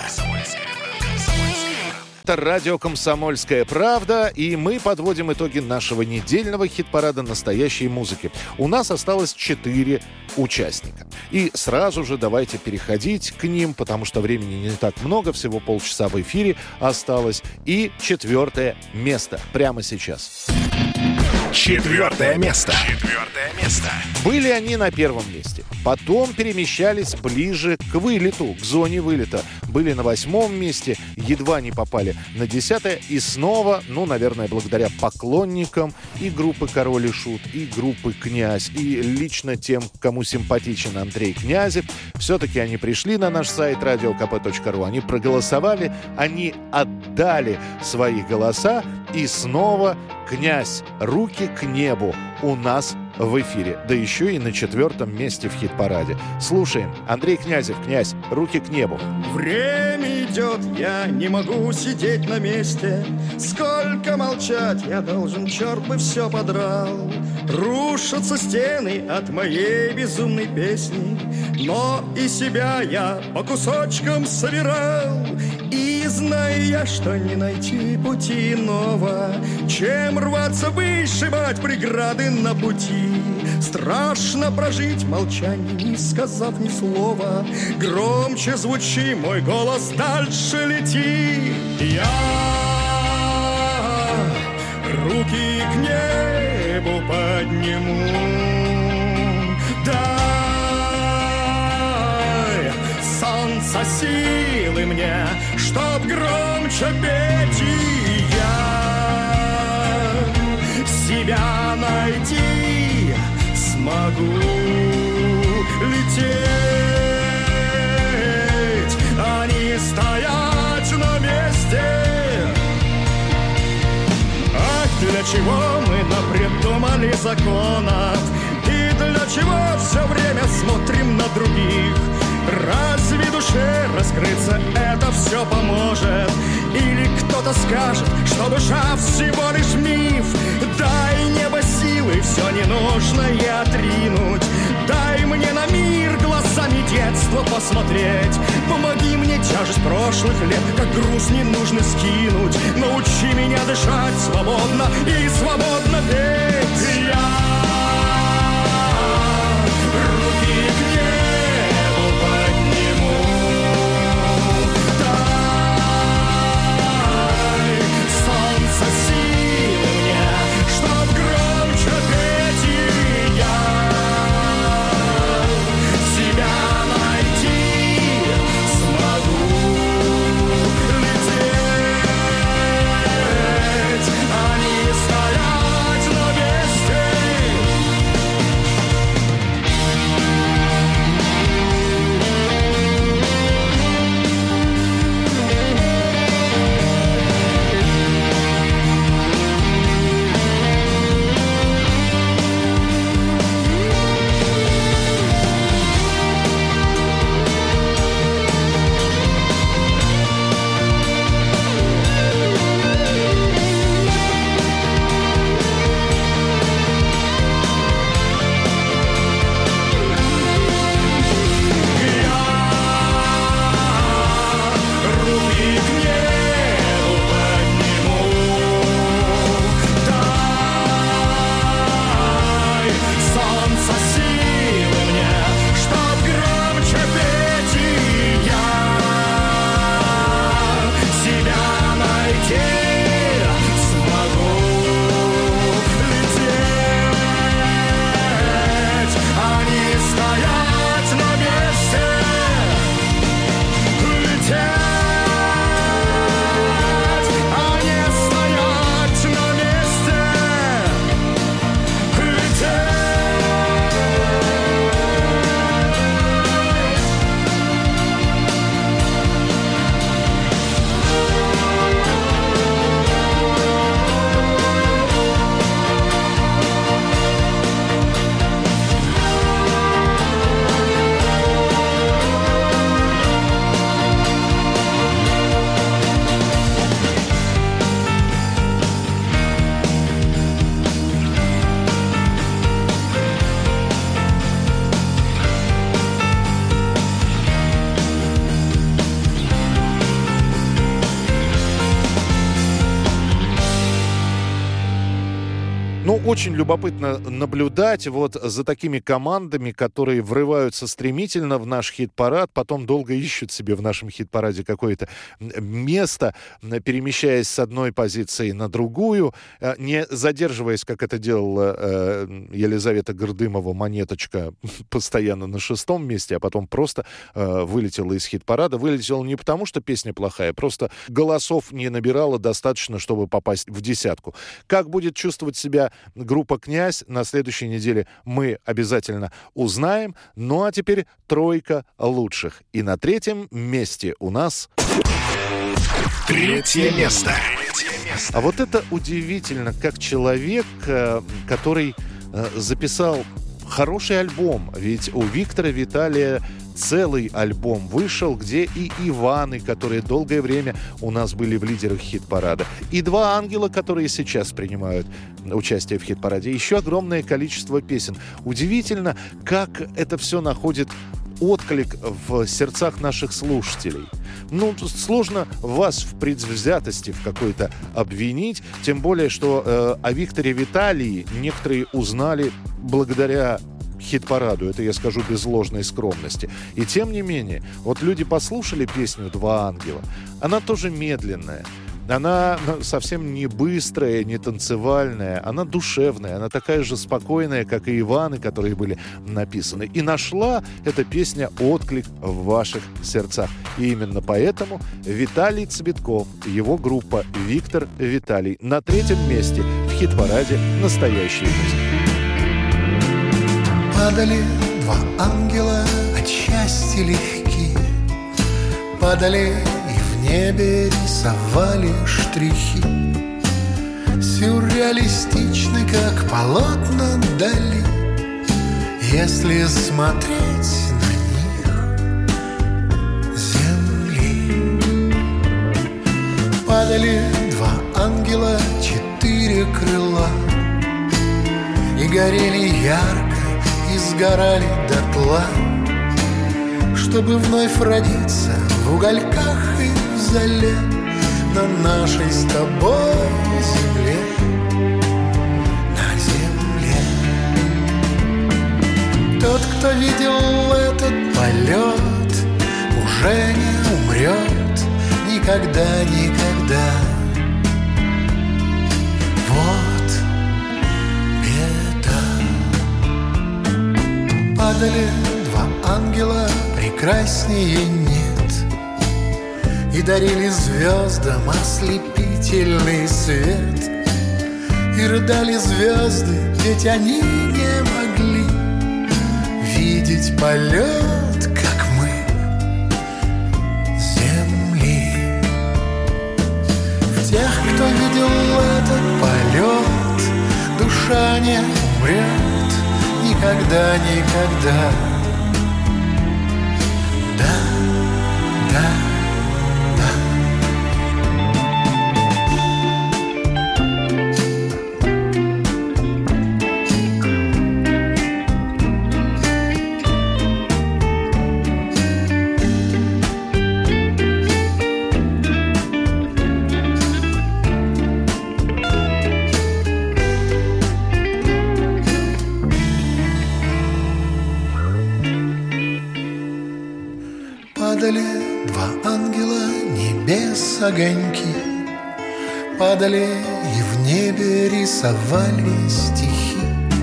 Это радио «Комсомольская правда», и мы подводим итоги нашего недельного хит-парада настоящей музыки. У нас осталось четыре участника. И сразу же давайте переходить к ним, потому что времени не так много, всего полчаса в эфире осталось. И четвертое место прямо сейчас. Четвертое место. Четвертое место. Были они на первом месте. Потом перемещались ближе к вылету, к зоне вылета. Были на восьмом месте, едва не попали на десятое. И снова, ну, наверное, благодаря поклонникам и группы «Король и Шут», и группы «Князь», и лично тем, кому симпатичен Андрей Князев, все-таки они пришли на наш сайт радио ка пэ точка ру, они проголосовали, они отдали свои голоса, и снова «Князь», «Руки к небу» у нас в эфире. Да еще и на четвертом месте в хит-параде. Слушаем. Андрей Князев, «Князь», «Руки к небу». Время идет, я не могу сидеть на месте. Сколько молчать я должен, черт бы все подрал. Рушатся стены от моей безумной песни, но и себя я по кусочкам собирал. И знаю я, что не найти пути иного, чем рваться вышибать преграды на пути. Страшно прожить молчание, не сказав ни слова. Громче звучи, мой голос дальше лети. Я руки к небу подниму. Дай солнца силы мне, чтоб громче петь, и я себя найти могу лететь, а не стоять на месте. Ах, для чего мы напридумали законов, и для чего все время смотрим на других? Разве душе раскрыться это все поможет? Или кто-то скажет, что душа всего лишь миф? Дай небо силы, все ненужное отринуть. Дай мне на мир глазами детства посмотреть. Помоги мне тяжесть прошлых лет, как груз не нужно скинуть. Научи меня дышать свободно и свободно петь. Я руки к небу подниму. Дай солнце силы мне, чтоб громче петь, и я себя найти смогу лететь, а не стоять на месте. Очень любопытно наблюдать вот за такими командами, которые врываются стремительно в наш хит-парад, потом долго ищут себе в нашем хит-параде какое-то место, перемещаясь с одной позиции на другую, не задерживаясь, как это делала Елизавета Гордымова, монеточка, постоянно на шестом месте, а потом просто вылетела из хит-парада. Вылетела не потому, что песня плохая, просто голосов не набирала достаточно, чтобы попасть в десятку. Как будет чувствовать себя группа «Князь» на следующей неделе, мы обязательно узнаем. Ну а теперь тройка лучших. И на третьем месте у нас... Третье место. А вот это удивительно, как человек, который записал хороший альбом. Ведь у Виктора Виталия целый альбом вышел, где и Иваны, которые долгое время у нас были в лидерах хит-парада, и Два ангела, которые сейчас принимают участие в хит-параде. Еще огромное количество песен. Удивительно, как это все находит отклик в сердцах наших слушателей. Ну, сложно вас в предвзятости в какой-то обвинить, тем более, что э, о Викторе Виталии некоторые узнали благодаря хит-параду. Это я скажу без ложной скромности. И тем не менее, вот люди послушали песню «Два ангела». Она тоже медленная. Она совсем не быстрая, не танцевальная. Она душевная. Она такая же спокойная, как и Иваны, которые были написаны. И нашла эта песня отклик в ваших сердцах. И именно поэтому Виталий Цветков, его группа «Виктор Виталий» на третьем месте в хит-параде «Настоящей музыки». Падали два ангела, отчасти легки, падали и в небе рисовали штрихи, сюрреалистичны, как полотна дали, если смотреть на них земли. Падали два ангела, четыре крыла, и горели ярко, и сгорали дотла, чтобы вновь родиться в угольках и в зале на нашей с тобой земле, на земле. Тот, кто видел этот полет, уже не умрет никогда, никогда. Вот падали два ангела, прекраснее нет, и дарили звездам ослепительный свет. И рыдали звезды, ведь они не могли видеть полет, как мы, земли. В тех, кто видел этот полет, душа не умрет никогда, никогда. Да, да, да. Падали два ангела, небес огоньки, падали и в небе рисовали стихи,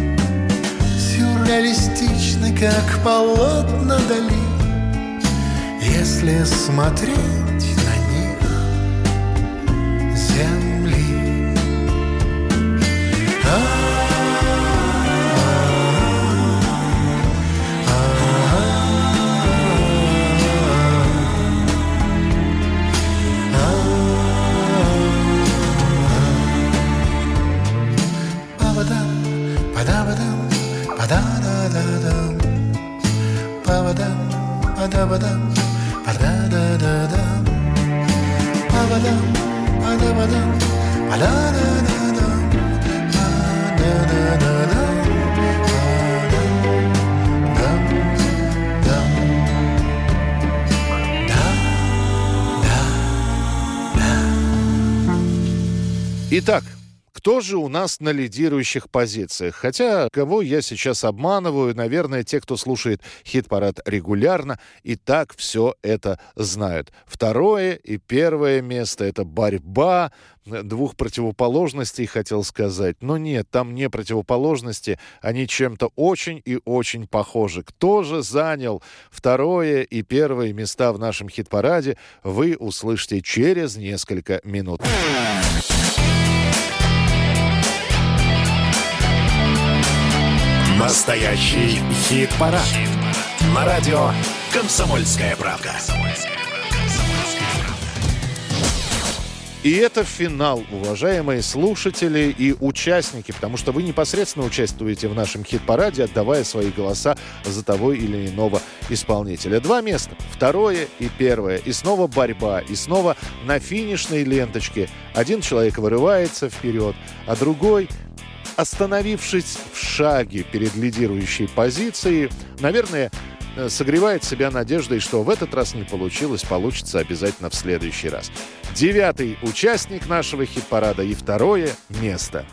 сюрреалистичны, как полотна дали, если смотреть на них земли. А Итак, Кто же у нас на лидирующих позициях? Хотя, кого я сейчас обманываю, наверное, те, кто слушает хит-парад регулярно, и так все это знают. Второе и первое место — это борьба двух противоположностей, хотел сказать. Но нет, там не противоположности, они чем-то очень и очень похожи. Кто же занял второе и первое места в нашем хит-параде, вы услышите через несколько минут. Настоящий хит-парад. Хит-парад. На радио «Комсомольская правда». И это финал, уважаемые слушатели и участники, потому что вы непосредственно участвуете в нашем хит-параде, отдавая свои голоса за того или иного исполнителя. Два места, второе и первое. И снова борьба, и снова на финишной ленточке один человек вырывается вперед, а другой, остановившись в шаге перед лидирующей позицией, наверное, согревает себя надеждой, что в этот раз не получилось, получится обязательно в следующий раз. Девятый участник нашего хит-парада и второе место.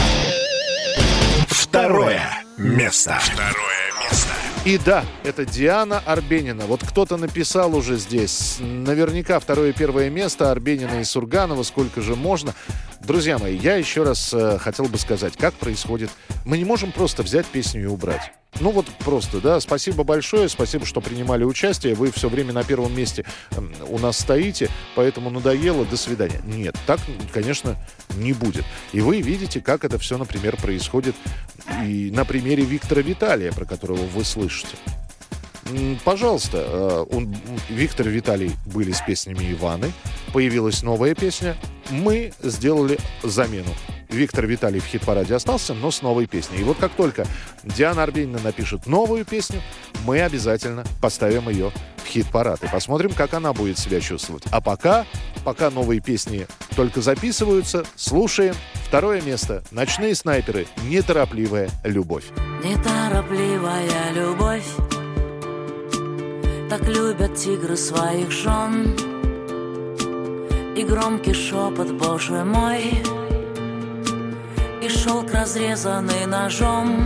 Второе место. Второе место. И да, это Диана Арбенина. Вот кто-то написал уже здесь. Наверняка второе и первое место Арбенина и Сурганова. Сколько же можно? Друзья мои, я еще раз э, хотел бы сказать, как происходит. Мы не можем просто взять песню и убрать. Ну вот просто, да, спасибо большое, спасибо, что принимали участие, вы все время на первом месте у нас стоите, поэтому надоело, до свидания. Нет, так, конечно, не будет. И вы видите, как это все, например, происходит и на примере Виктора Виталия, про которого вы слышите. Пожалуйста, он, Виктор и Виталий были с песнями Иваны, появилась новая песня, мы сделали замену. Виктор Виталий в хит-параде остался, но с новой песней. И вот как только Диана Арбенина напишет новую песню, мы обязательно поставим ее в хит-парад и посмотрим, как она будет себя чувствовать. А пока, пока новые песни только записываются, слушаем. Второе место. «Ночные снайперы». «Неторопливая любовь». Неторопливая любовь, так любят тигры своих жен. И громкий шепот, Боже мой, и шелк, разрезанный ножом.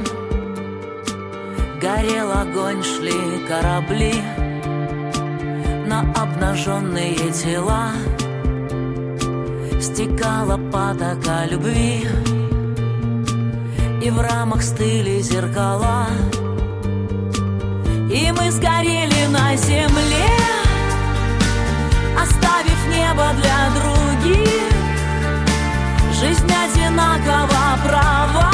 Горел огонь, шли корабли на обнаженные тела. Стекала потока любви, и в рамах стыли зеркала. И мы сгорели на земле, оставив небо для других. Жизнь одинакова права,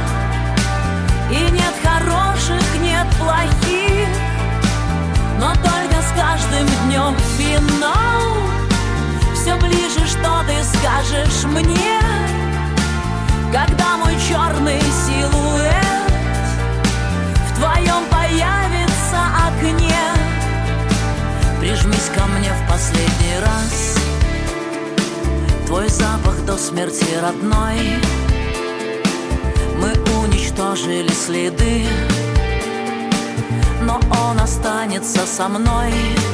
и нет хороших, нет плохих. Но только с каждым днем финал. Все ближе, что ты скажешь мне, когда мой черный силуэт в твоем появится окне. Прижмись ко мне в последний раз, твой запах до смерти родной. Мы уничтожили следы, но он останется со мной.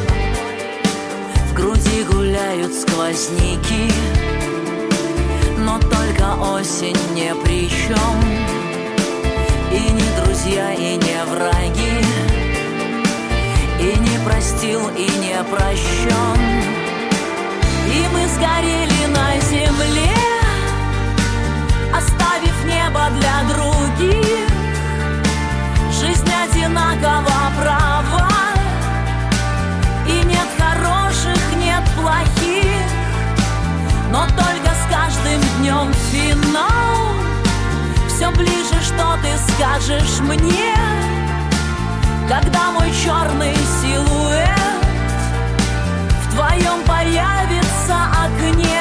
В груди гуляют сквозняки, но только осень не при чем. И не друзья, и не враги, и не простил, и не прощен. И мы сгорели на земле, оставив небо для других. Жизнь одинакова права, и нет хороших, нет плохих. Но только с каждым днем финал. Все ближе, что ты скажешь мне, когда мой черный силуэт в твоем появится окне.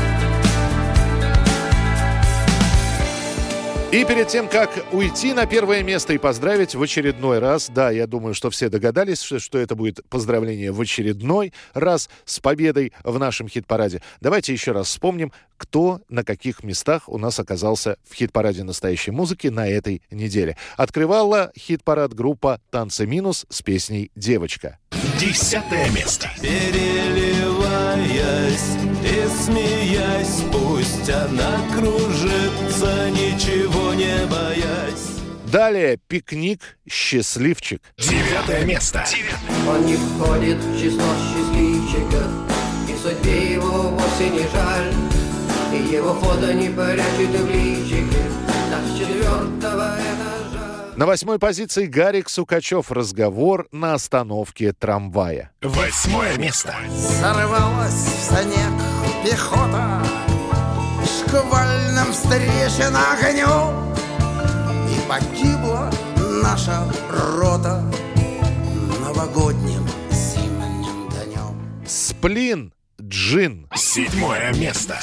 И перед тем, как уйти на первое место и поздравить в очередной раз, да, я думаю, что все догадались, что это будет поздравление в очередной раз с победой в нашем хит-параде. Давайте еще раз вспомним, кто на каких местах у нас оказался в хит-параде настоящей музыки на этой неделе. Открывала хит-парад группа «Танцы минус» с песней «Девочка». Десятое место. Переливаясь и смеясь, пусть Пусть она кружится, ничего не боясь. Далее пикник «Счастливчик». Девятое место. Он не входит в число счастливчиков, и судьбе его вовсе не жаль, и его фото не прячет в личике, так с четвертого этажа. На восьмой позиции Гарик Сукачев. «Разговор на остановке трамвая». Восьмое место. Сорвалась в снег пехота, шквальным встречен огнем, и погибла наша рота новогодним зимним днем. Сплин «Джин». Седьмое место.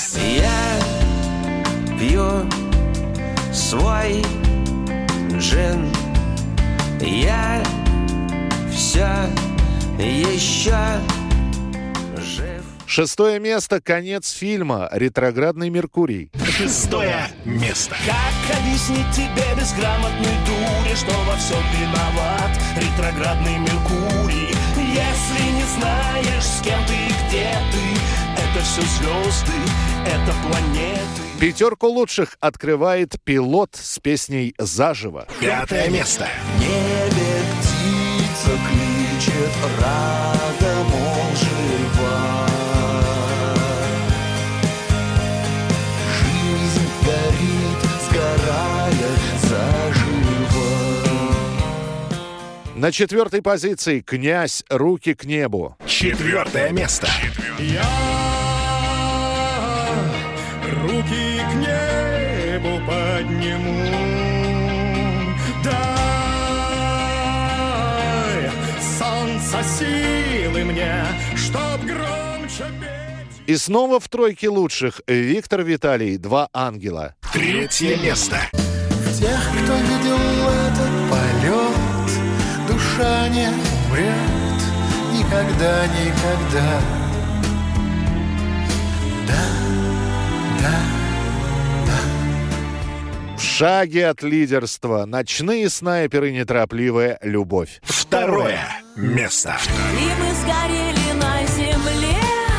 Я пью свой джин, я все еще жив. Шестое место. Конец фильма «Ретроградный Меркурий». Шестое место. Как объяснить тебе безграмотной дуре, что во всем виноват ретроградный Меркурий? Если не знаешь, с кем ты и где ты, это все звезды, это планеты. Пятерку лучших открывает «Пилот» с песней «Заживо». Пятое место. В небе птица кличет, рада, мол, жива. Жизнь горит, сгорая заживо. На четвертой позиции «Князь. Руки к небу». Четвертое место. Я руки к небу подниму, дай солнца силы мне, чтоб громче петь. И снова в тройке лучших Виктор Виталий «Два ангела». Третье место. В тех, кто видел этот полет, душа не умрет никогда, никогда. Да, да, да. В шаге от лидерства «Ночные снайперы. Неторопливая любовь». Второе место. И мы сгорели на земле,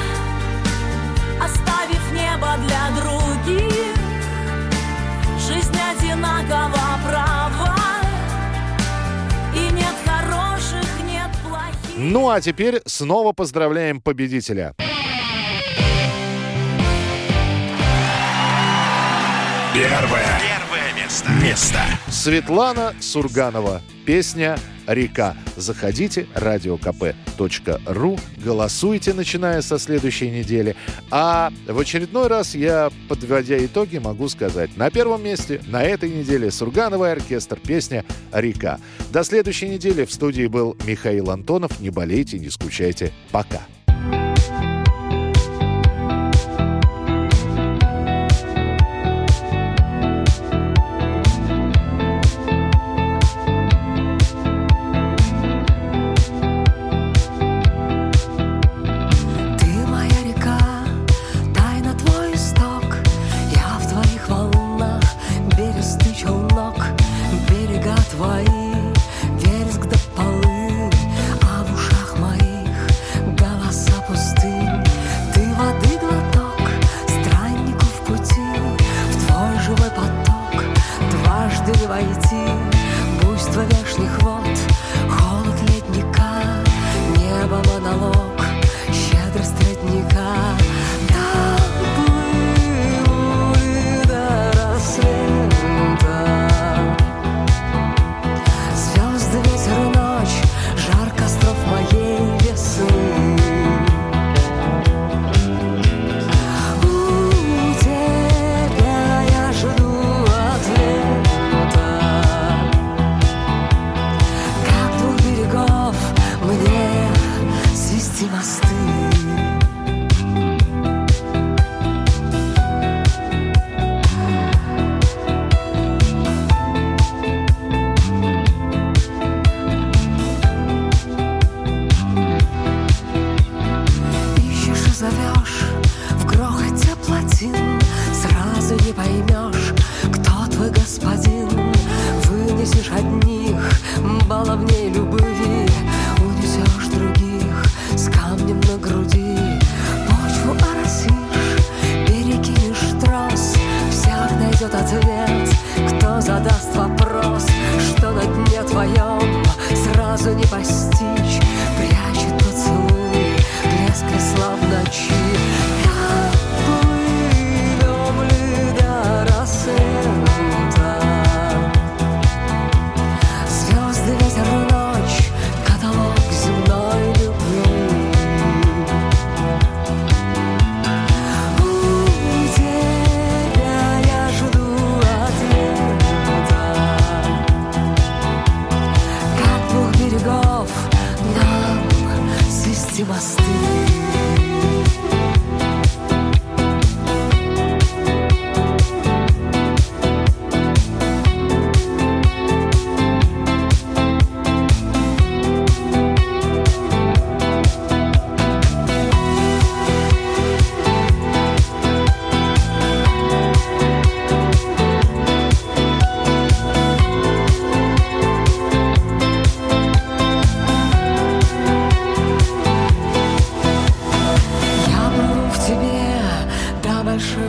оставив небо для других. Жизнь одинаково права, и нет хороших, нет плохих. Ну а теперь снова поздравляем победителя. Первое. Первое место. Место. Светлана Сурганова. Песня «Река». Заходите, радио ка пэ точка ру, голосуйте, начиная со следующей недели. А в очередной раз я, подводя итоги, могу сказать: на первом месте на этой неделе Сургановый оркестр, песня «Река». До следующей недели. В студии был Михаил Антонов. Не болейте, не скучайте. Пока. Почву оросишь, перекинешь трос.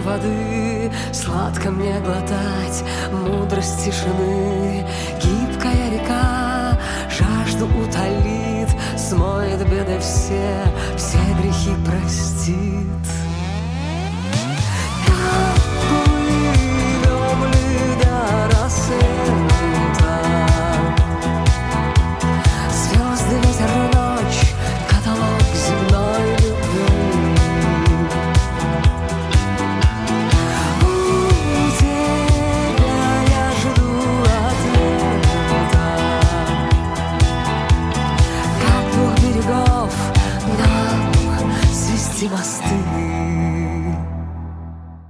воды, сладко мне глотать мудрость тишины. Гибкая река жажду утолит, смоет беды все, все грехи простит. Плывем ли до рассвета? Звезды, ветер, ночь, каталог земной любви. У тебя я жду ответа. Как двух берегов нам свести мосты.